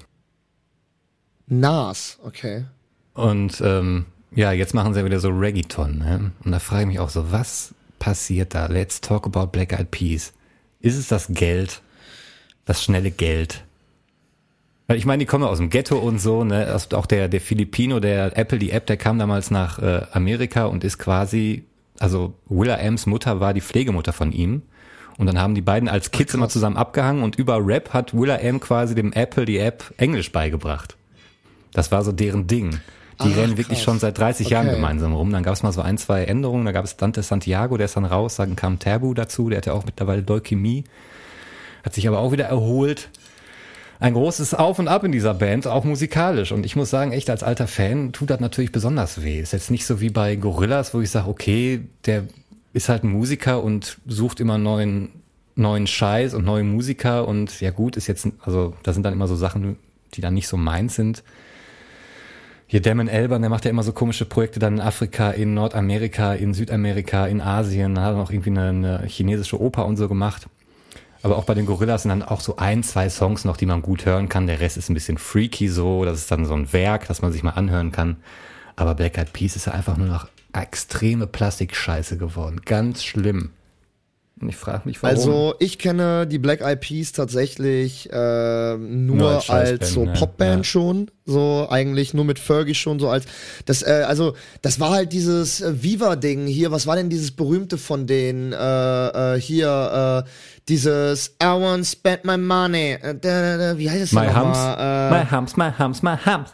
[SPEAKER 2] Nas, okay.
[SPEAKER 3] Und ähm, ja, jetzt machen sie ja wieder so Reggaeton, ne? Und da frage ich mich auch so, was passiert da? Let's talk about Black Eyed Peas. Ist es das Geld? Das schnelle Geld? Weil ich meine, die kommen aus dem Ghetto und so, ne? Auch der der Filipino, der Apple, die App, der kam damals nach äh, Amerika und ist quasi, also will.i.ams Mutter war die Pflegemutter von ihm. Und dann haben die beiden als Kids immer zusammen abgehangen und über Rap hat will.i.am quasi dem Apple die App Englisch beigebracht. Das war so deren Ding. Die
[SPEAKER 2] Ach,
[SPEAKER 3] rennen wirklich
[SPEAKER 2] krass.
[SPEAKER 3] schon seit dreißig
[SPEAKER 2] Okay.
[SPEAKER 3] Jahren gemeinsam rum. Dann gab es mal so ein, zwei Änderungen. Da gab es Dante Santiago, der ist dann raus. Dann kam Tabu dazu, der hat ja auch mittlerweile Leukämie. Hat sich aber auch wieder erholt. Ein großes Auf und Ab in dieser Band, auch musikalisch. Und ich muss sagen, echt als alter Fan tut das natürlich besonders weh. Ist jetzt nicht so wie bei Gorillaz, wo ich sage, okay, der ist halt ein Musiker und sucht immer neuen, neuen Scheiß und neue Musiker. Und ja gut, ist jetzt, also da sind dann immer so Sachen, die dann nicht so meins sind. Hier Damon Albarn, der macht ja immer so komische Projekte dann in Afrika, in Nordamerika, in Südamerika, in Asien. Da hat er noch irgendwie eine, eine chinesische Oper und so gemacht. Aber auch bei den Gorillas sind dann auch so ein, zwei Songs noch, die man gut hören kann. Der Rest ist ein bisschen freaky so. Das ist dann so ein Werk, das man sich mal anhören kann. Aber Black Eyed Peas ist ja einfach nur noch extreme Plastikscheiße geworden. Ganz schlimm. Und ich frage mich, warum.
[SPEAKER 2] Also ich kenne die Black Eyed Peas tatsächlich äh, nur, nur als, als so Popband ja. schon, so eigentlich nur mit Fergie schon so als das äh, also das war halt dieses äh, Viva-Ding hier. Was war denn dieses berühmte von denen äh, äh, hier äh, dieses I won't spend my money. Äh, da, da, wie heißt es
[SPEAKER 3] denn
[SPEAKER 2] nochmal?
[SPEAKER 3] Äh, my humps, my humps, my humps.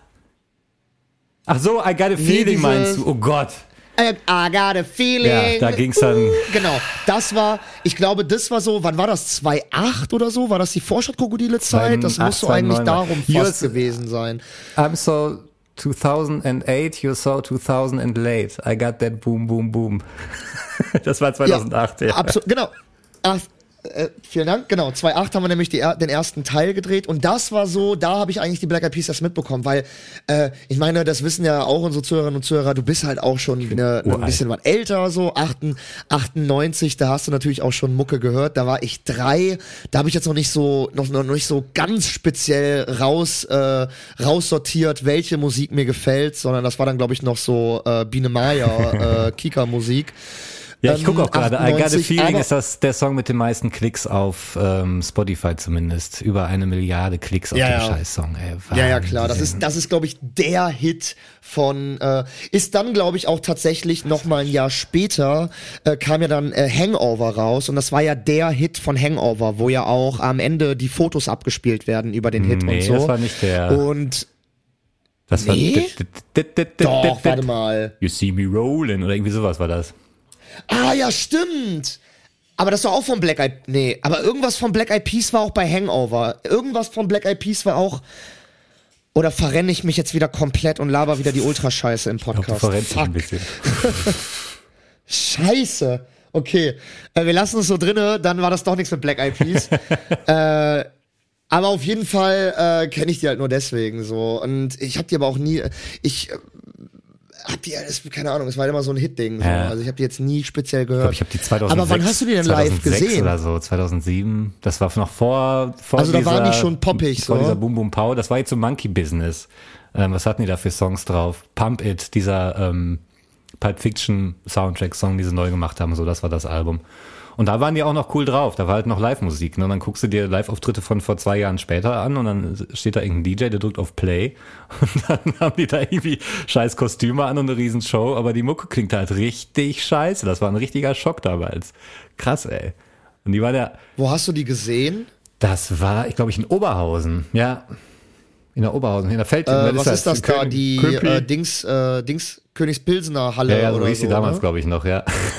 [SPEAKER 3] Ach so, I got a feeling, meinst du? Oh Gott.
[SPEAKER 2] I, I got a feeling.
[SPEAKER 3] Ja, da ging's dann.
[SPEAKER 2] Genau, das war, ich glaube, das war so, wann war das? zweitausendacht oder so? War das die Vorstadtkrokodile-Zeit? Das muss so eigentlich darum fast gewesen sein.
[SPEAKER 3] I'm so two thousand eight, you're so two thousand late. I got that boom, boom, boom. Das war zweitausendacht, ja. ja.
[SPEAKER 2] Absolut, genau. Ach, Äh, vielen Dank. Genau, zweitausendacht haben wir nämlich die, den ersten Teil gedreht und das war so, da habe ich eigentlich die Black Eyed Peas erst mitbekommen, weil äh, ich meine, das wissen ja auch unsere Zuhörerinnen und Zuhörer, du bist halt auch schon eine, eine ein bisschen was älter, so achtundneunzig, da hast du natürlich auch schon Mucke gehört, da war ich drei, da habe ich jetzt noch nicht so noch, noch nicht so ganz speziell raus äh, raussortiert, welche Musik mir gefällt, sondern das war dann, glaube ich, noch so äh, Biene Maya äh, Kika-Musik.
[SPEAKER 3] Ja, ich gucke auch gerade. I Got a Feeling ist das der Song mit den meisten Klicks auf ähm, Spotify zumindest. Über eine Milliarde Klicks auf
[SPEAKER 2] ja,
[SPEAKER 3] den
[SPEAKER 2] ja.
[SPEAKER 3] Scheiß-Song. Ey,
[SPEAKER 2] ja, ja, klar. Das ist, das ist, glaube ich, der Hit von, äh, ist dann, glaube ich, auch tatsächlich noch mal ein Jahr später, äh, kam ja dann äh, Hangover raus. Und das war ja der Hit von Hangover, wo ja auch am Ende die Fotos abgespielt werden über den Hit
[SPEAKER 3] nee,
[SPEAKER 2] und so.
[SPEAKER 3] das war nicht der.
[SPEAKER 2] Und
[SPEAKER 3] das
[SPEAKER 2] nee?
[SPEAKER 3] war
[SPEAKER 2] Doch, warte mal.
[SPEAKER 3] You See Me Rollin' oder irgendwie sowas war das.
[SPEAKER 2] Ah, ja, stimmt. Aber das war auch von Black Eyed... Nee, aber irgendwas von Black Eyed Peas war auch bei Hangover. Irgendwas von Black Eyed Peas war auch... Oder verrenne ich mich jetzt wieder komplett und laber wieder die Ultrascheiße im Podcast?
[SPEAKER 3] Ich glaub, du verrennst dich ein bisschen.
[SPEAKER 2] Scheiße. Okay, äh, wir lassen es so drinne, dann war das doch nichts mit Black Eyed Peas. äh, aber auf jeden Fall äh, kenne ich die halt nur deswegen so. Und ich habe die aber auch nie... Ich... Äh, Hab die, das, keine Ahnung, es war immer so ein Hit-Ding. So.
[SPEAKER 3] Ja.
[SPEAKER 2] Also ich habe die jetzt nie speziell gehört.
[SPEAKER 3] Ich glaube, ich habe die zweitausendsechs.
[SPEAKER 2] Aber wann hast du die denn live gesehen?
[SPEAKER 3] oder so, zweitausendsieben. Das war noch vor, vor
[SPEAKER 2] also
[SPEAKER 3] dieser...
[SPEAKER 2] da waren die schon poppig,
[SPEAKER 3] vor
[SPEAKER 2] so.
[SPEAKER 3] dieser Boom Boom Pow. Das war jetzt so Monkey Business. Ähm, was hatten die da für Songs drauf? Pump It, dieser ähm, Pulp Fiction Soundtrack-Song, die sie neu gemacht haben. So, das war das Album. Und da waren die auch noch cool drauf. Da war halt noch Live-Musik. Ne? Und dann guckst du dir Live-Auftritte von vor zwei Jahren später an und dann steht da irgendein D J, der drückt auf Play. Und dann haben die da irgendwie scheiß Kostüme an und eine Riesenshow. Aber die Mucke klingt halt richtig scheiße. Das war ein richtiger Schock damals. Krass, ey. Und die war der...
[SPEAKER 2] Wo hast du die gesehen?
[SPEAKER 3] Das war, ich glaube, ich in Oberhausen. Ja, in der Oberhausen, in der Feld.
[SPEAKER 2] Äh, was ist das da? Die äh, Dings, äh, Dings Königspilsener Halle
[SPEAKER 3] ja, ja, so
[SPEAKER 2] oder
[SPEAKER 3] hieß
[SPEAKER 2] so,
[SPEAKER 3] die damals,
[SPEAKER 2] ne?
[SPEAKER 3] glaube ich, noch, ja.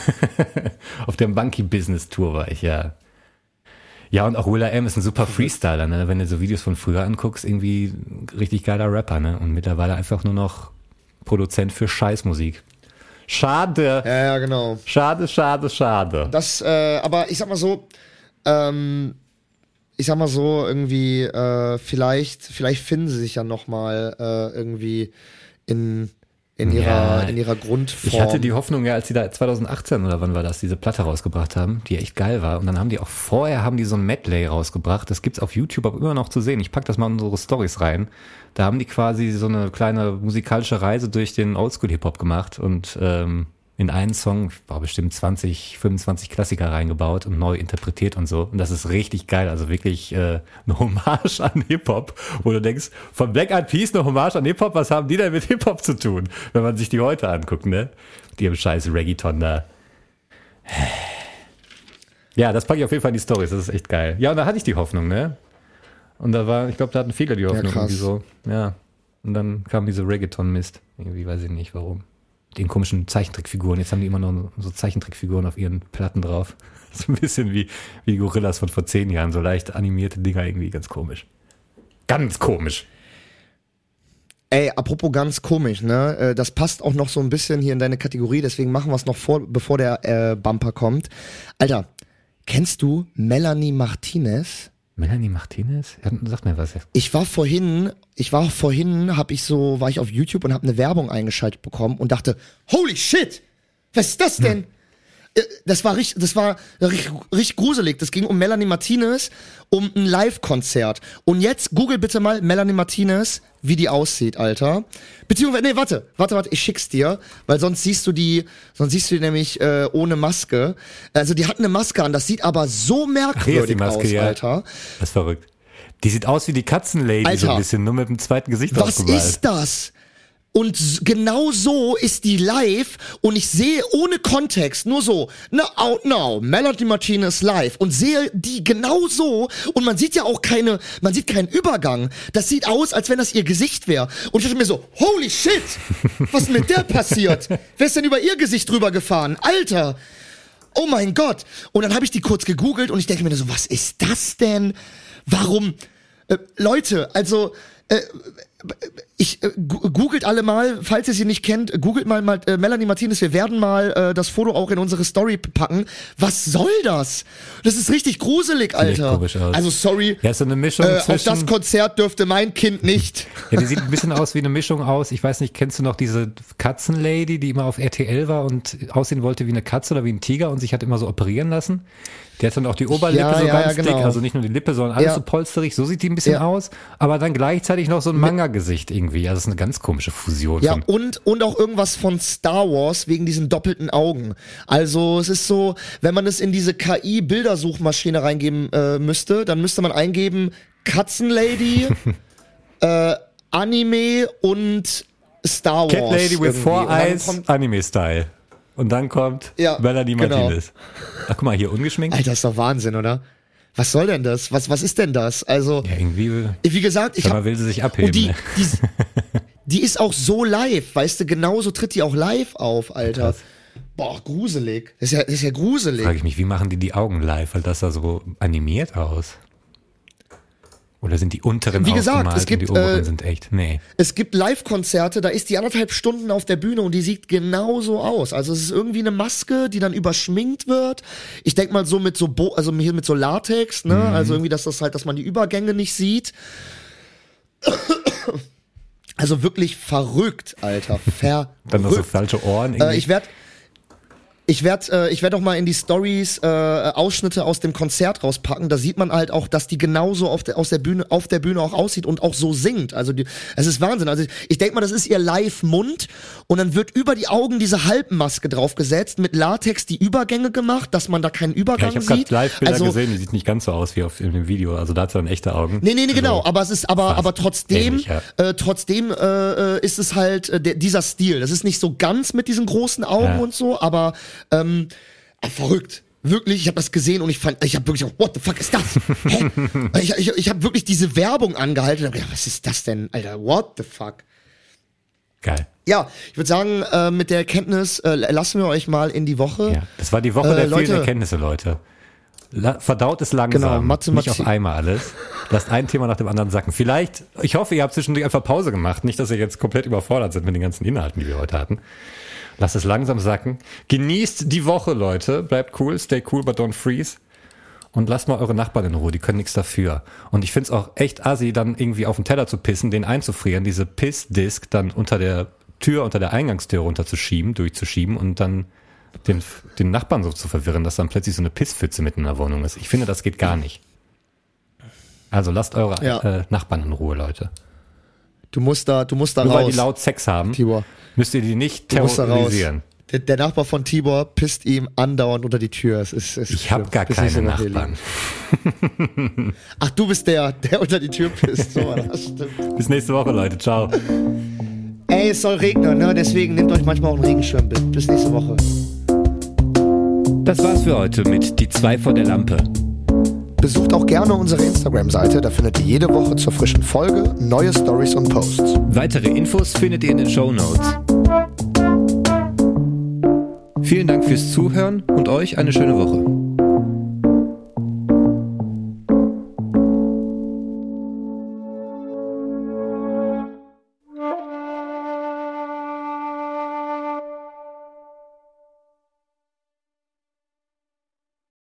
[SPEAKER 3] Auf der Monkey Business Tour war ich, ja. Ja, und auch Will I Am ist ein super Freestyler, ne? Wenn du so Videos von früher anguckst, irgendwie richtig geiler Rapper, ne? Und mittlerweile einfach nur noch Produzent für Scheißmusik. Schade.
[SPEAKER 2] Ja, ja, genau.
[SPEAKER 3] Schade, schade, schade.
[SPEAKER 2] Das, äh, aber ich sag mal so, ähm, ich sag mal so, irgendwie, äh, vielleicht, vielleicht finden sie sich ja nochmal äh, irgendwie in, in ihrer,
[SPEAKER 3] Ja,
[SPEAKER 2] in ihrer Grundform.
[SPEAKER 3] Ich hatte die Hoffnung, ja, als die da zweitausendachtzehn oder wann war das, diese Platte rausgebracht haben, die echt geil war. Und dann haben die auch vorher, haben die so ein Medley rausgebracht. Das gibt's auf YouTube aber immer noch zu sehen. Ich pack das mal in unsere Stories rein. Da haben die quasi so eine kleine musikalische Reise durch den Oldschool-Hip-Hop gemacht und ähm, in einen Song, war bestimmt zwanzig, fünfundzwanzig Klassiker reingebaut und neu interpretiert und so. Und das ist richtig geil. Also wirklich äh, eine Hommage an Hip-Hop, wo du denkst, von Black Eyed Peas eine Hommage an Hip-Hop, was haben die denn mit Hip-Hop zu tun? Wenn man sich die heute anguckt, ne? Die ihrem scheiß Reggaeton da. Ja, das packe ich auf jeden Fall in die Stories. Das ist echt geil. Ja, und da hatte ich die Hoffnung, ne? Und da war, ich glaube, da hatten viele die Hoffnung
[SPEAKER 2] Ja,
[SPEAKER 3] irgendwie so. Ja. Und dann kam diese Reggaeton-Mist. Irgendwie weiß ich nicht, warum. Den komischen Zeichentrickfiguren. Jetzt haben die immer noch so Zeichentrickfiguren auf ihren Platten drauf. So ein bisschen wie, wie die Gorillas von vor zehn Jahren. So leicht animierte Dinger, irgendwie ganz komisch. Ganz komisch.
[SPEAKER 2] Ey, apropos ganz komisch, ne? Das passt auch noch so ein bisschen hier in deine Kategorie, deswegen machen wir es noch vor, bevor der äh, Bumper kommt. Alter, kennst du Melanie Martinez?
[SPEAKER 3] Melanie Martinez? Ja, sag mir was jetzt.
[SPEAKER 2] Ich war vorhin, ich war vorhin, hab ich so, war ich auf YouTube und hab eine Werbung eingeschaltet bekommen und dachte, holy shit, was ist das denn? Hm. das war richtig, das war richtig, richtig gruselig. Das ging um Melanie Martinez, um ein Live-Konzert. Und jetzt google bitte mal Melanie Martinez, wie die aussieht, Alter. Beziehungsweise, nee, warte, warte, warte, ich schick's dir, weil sonst siehst du die, sonst siehst du die nämlich äh, ohne Maske. Also die hat eine Maske an, das sieht aber so merkwürdig
[SPEAKER 3] Maske,
[SPEAKER 2] aus,
[SPEAKER 3] ja.
[SPEAKER 2] Alter.
[SPEAKER 3] Das ist verrückt. Die sieht aus wie die Katzenlady,
[SPEAKER 2] Alter,
[SPEAKER 3] so ein bisschen, nur mit dem zweiten Gesicht
[SPEAKER 2] was
[SPEAKER 3] aufgemalt.
[SPEAKER 2] ist das? Und s- genau so ist die live und ich sehe ohne Kontext, nur so, no, out now, Melanie Martinez live und sehe die genau so und man sieht ja auch keine, man sieht keinen Übergang. Das sieht aus, als wenn das ihr Gesicht wäre. Und ich dachte mir so, holy shit, was ist mit der passiert? Wer ist denn über ihr Gesicht drüber gefahren? Alter! Oh mein Gott! Und dann habe ich die kurz gegoogelt und ich denke mir so, was ist das denn? Warum? Äh, Leute, also äh, ich äh, gu- googelt alle mal, falls ihr sie nicht kennt, googelt mal, mal äh, Melanie Martinez, wir werden mal äh, das Foto auch in unsere Story packen. Was soll das? Das ist richtig gruselig,
[SPEAKER 3] Sieht echt
[SPEAKER 2] Alter.
[SPEAKER 3] komisch aus.
[SPEAKER 2] Also sorry,
[SPEAKER 3] Ja, ist so eine Mischung
[SPEAKER 2] äh, auf
[SPEAKER 3] zwischen...
[SPEAKER 2] das Konzert dürfte mein Kind nicht.
[SPEAKER 3] Ja, die sieht ein bisschen aus wie eine Mischung aus, ich weiß nicht, kennst du noch diese Katzenlady, die immer auf R T L war und aussehen wollte wie eine Katze oder wie ein Tiger und sich hat immer so operieren lassen? Die hat dann auch die Oberlippe
[SPEAKER 2] Ja,
[SPEAKER 3] so
[SPEAKER 2] ja,
[SPEAKER 3] ganz
[SPEAKER 2] ja, genau.
[SPEAKER 3] dick, also nicht nur die Lippe, sondern alles
[SPEAKER 2] Ja.
[SPEAKER 3] so polsterig, so sieht die ein bisschen
[SPEAKER 2] Ja.
[SPEAKER 3] aus, aber dann gleichzeitig noch so ein Manga-Gesicht irgendwie, also das ist eine ganz komische Fusion.
[SPEAKER 2] Ja,
[SPEAKER 3] von,
[SPEAKER 2] und, und auch irgendwas von Star Wars wegen diesen doppelten Augen. Also es ist so, wenn man es in diese K I-Bildersuchmaschine reingeben äh, müsste, dann müsste man eingeben Katzenlady, äh, Anime und Star Wars.
[SPEAKER 3] Cat Lady with
[SPEAKER 2] irgendwie.
[SPEAKER 3] Four
[SPEAKER 2] Und dann
[SPEAKER 3] Eyes,
[SPEAKER 2] kommt-
[SPEAKER 3] Anime-Style. Und dann kommt
[SPEAKER 2] Ja,
[SPEAKER 3] Melanie
[SPEAKER 2] genau.
[SPEAKER 3] Martinez. Ach, guck mal, hier ungeschminkt.
[SPEAKER 2] Alter, ist doch Wahnsinn, oder? Was soll denn das? Was, was ist denn das? Also,
[SPEAKER 3] Ja, irgendwie,
[SPEAKER 2] wie gesagt, ich
[SPEAKER 3] sag
[SPEAKER 2] hab,
[SPEAKER 3] mal, will sie sich abheben.
[SPEAKER 2] und die,
[SPEAKER 3] ne?
[SPEAKER 2] die, die ist auch so live, weißt du, genauso tritt die auch live auf, Alter.
[SPEAKER 3] Krass.
[SPEAKER 2] Boah, gruselig. Das ist ja, das ist ja gruselig.
[SPEAKER 3] Frage ich mich, wie machen die die Augen live? Weil das sah so animiert aus. Oder sind die unteren
[SPEAKER 2] Wie gesagt,
[SPEAKER 3] aufgemalt
[SPEAKER 2] es gibt,
[SPEAKER 3] und die oberen
[SPEAKER 2] äh,
[SPEAKER 3] sind echt? Nee.
[SPEAKER 2] Es gibt Live-Konzerte, da ist die anderthalb Stunden auf der Bühne und die sieht genauso aus. Also es ist irgendwie eine Maske, die dann überschminkt wird. Ich denk mal so mit so, Bo- also hier mit so Latex, ne?
[SPEAKER 3] Mhm.
[SPEAKER 2] Also irgendwie, dass das halt, dass man die Übergänge nicht sieht. Also wirklich verrückt, Alter. Verrückt.
[SPEAKER 3] Dann noch so falsche Ohren irgendwie.
[SPEAKER 2] Äh, ich werde ich werd, äh, ich werd auch mal in die Stories äh, Ausschnitte aus dem Konzert rauspacken. Da sieht man halt auch, dass die genauso auf der, aus der Bühne, auf der Bühne auch aussieht und auch so singt. Also die, es ist Wahnsinn. Also ich, ich denke mal, das ist ihr Live-Mund und dann wird über die Augen diese Halbmaske draufgesetzt, mit Latex die Übergänge gemacht, dass man da keinen
[SPEAKER 3] ja,
[SPEAKER 2] Übergang
[SPEAKER 3] ich habe gerade
[SPEAKER 2] sieht.
[SPEAKER 3] Live-Bilder
[SPEAKER 2] Also,
[SPEAKER 3] gesehen, die sieht nicht ganz so aus wie auf in dem Video. Also da hat sie dann echte Augen.
[SPEAKER 2] Nee, nee, nee, genau,
[SPEAKER 3] Also,
[SPEAKER 2] aber es ist aber
[SPEAKER 3] fast
[SPEAKER 2] aber trotzdem
[SPEAKER 3] ähnlich, ja.
[SPEAKER 2] äh, trotzdem äh, äh, ist es halt äh, der, dieser Stil. Das ist nicht so ganz mit diesen großen Augen
[SPEAKER 3] Ja.
[SPEAKER 2] und so, aber ähm, äh, verrückt. Wirklich, ich habe das gesehen und ich fand, ich habe wirklich so, what the fuck ist das? Hä? ich ich, ich habe wirklich diese Werbung angehalten und hab gedacht, was ist das denn, Alter? What the fuck?
[SPEAKER 3] Geil.
[SPEAKER 2] Ja, ich würde sagen, äh, mit der Erkenntnis äh, lassen wir euch mal in die Woche.
[SPEAKER 3] Ja, das war die Woche
[SPEAKER 2] Äh,
[SPEAKER 3] der vielen
[SPEAKER 2] Leute.
[SPEAKER 3] Erkenntnisse, Leute. La verdaut es langsam,
[SPEAKER 2] Genau, Mathematik.
[SPEAKER 3] nicht auf einmal alles. Lasst ein Thema nach dem anderen sacken. Vielleicht, ich hoffe, ihr habt zwischendurch einfach Pause gemacht. Nicht, dass ihr jetzt komplett überfordert seid mit den ganzen Inhalten, die wir heute hatten. Lasst es langsam sacken. Genießt die Woche, Leute. Bleibt cool, stay cool, but don't freeze. Und lasst mal eure Nachbarn in Ruhe, die können nichts dafür. Und ich find's auch echt assi, dann irgendwie auf den Teller zu pissen, den einzufrieren, diese Pissdisk dann unter der Tür, unter der Eingangstür runterzuschieben, durchzuschieben und dann den, den Nachbarn so zu verwirren, dass dann plötzlich so eine Pisspfütze mitten in der Wohnung ist. Ich finde, das geht gar nicht. Also lasst eure
[SPEAKER 2] Ja.
[SPEAKER 3] äh, Nachbarn in Ruhe, Leute.
[SPEAKER 2] Du musst da, du musst da
[SPEAKER 3] Nur
[SPEAKER 2] raus.
[SPEAKER 3] weil die laut Sex haben,
[SPEAKER 2] Tibor.
[SPEAKER 3] müsst ihr die nicht
[SPEAKER 2] Du musst da raus.
[SPEAKER 3] terrorisieren.
[SPEAKER 2] Der, der Nachbar von Tibor pisst ihm andauernd unter die Tür. Es ist, es ist
[SPEAKER 3] Ich habe
[SPEAKER 2] schlimm.
[SPEAKER 3] gar
[SPEAKER 2] Das ist
[SPEAKER 3] keine
[SPEAKER 2] so noch ihr
[SPEAKER 3] Nachbarn.
[SPEAKER 2] Lieben. Ach, du bist der, der unter die Tür pisst. So, das stimmt.
[SPEAKER 3] Bis nächste Woche, Leute. Ciao.
[SPEAKER 2] Ey, es soll regnen, ne? Deswegen nehmt euch manchmal auch einen Regenschirm mit. Bis nächste Woche.
[SPEAKER 7] Das war's für heute mit Die zwei vor der Lampe.
[SPEAKER 2] Besucht auch gerne unsere Instagram-Seite. Da findet ihr jede Woche zur frischen Folge neue Stories und Posts.
[SPEAKER 7] Weitere Infos findet ihr in den Shownotes. Vielen Dank fürs Zuhören und euch eine schöne Woche.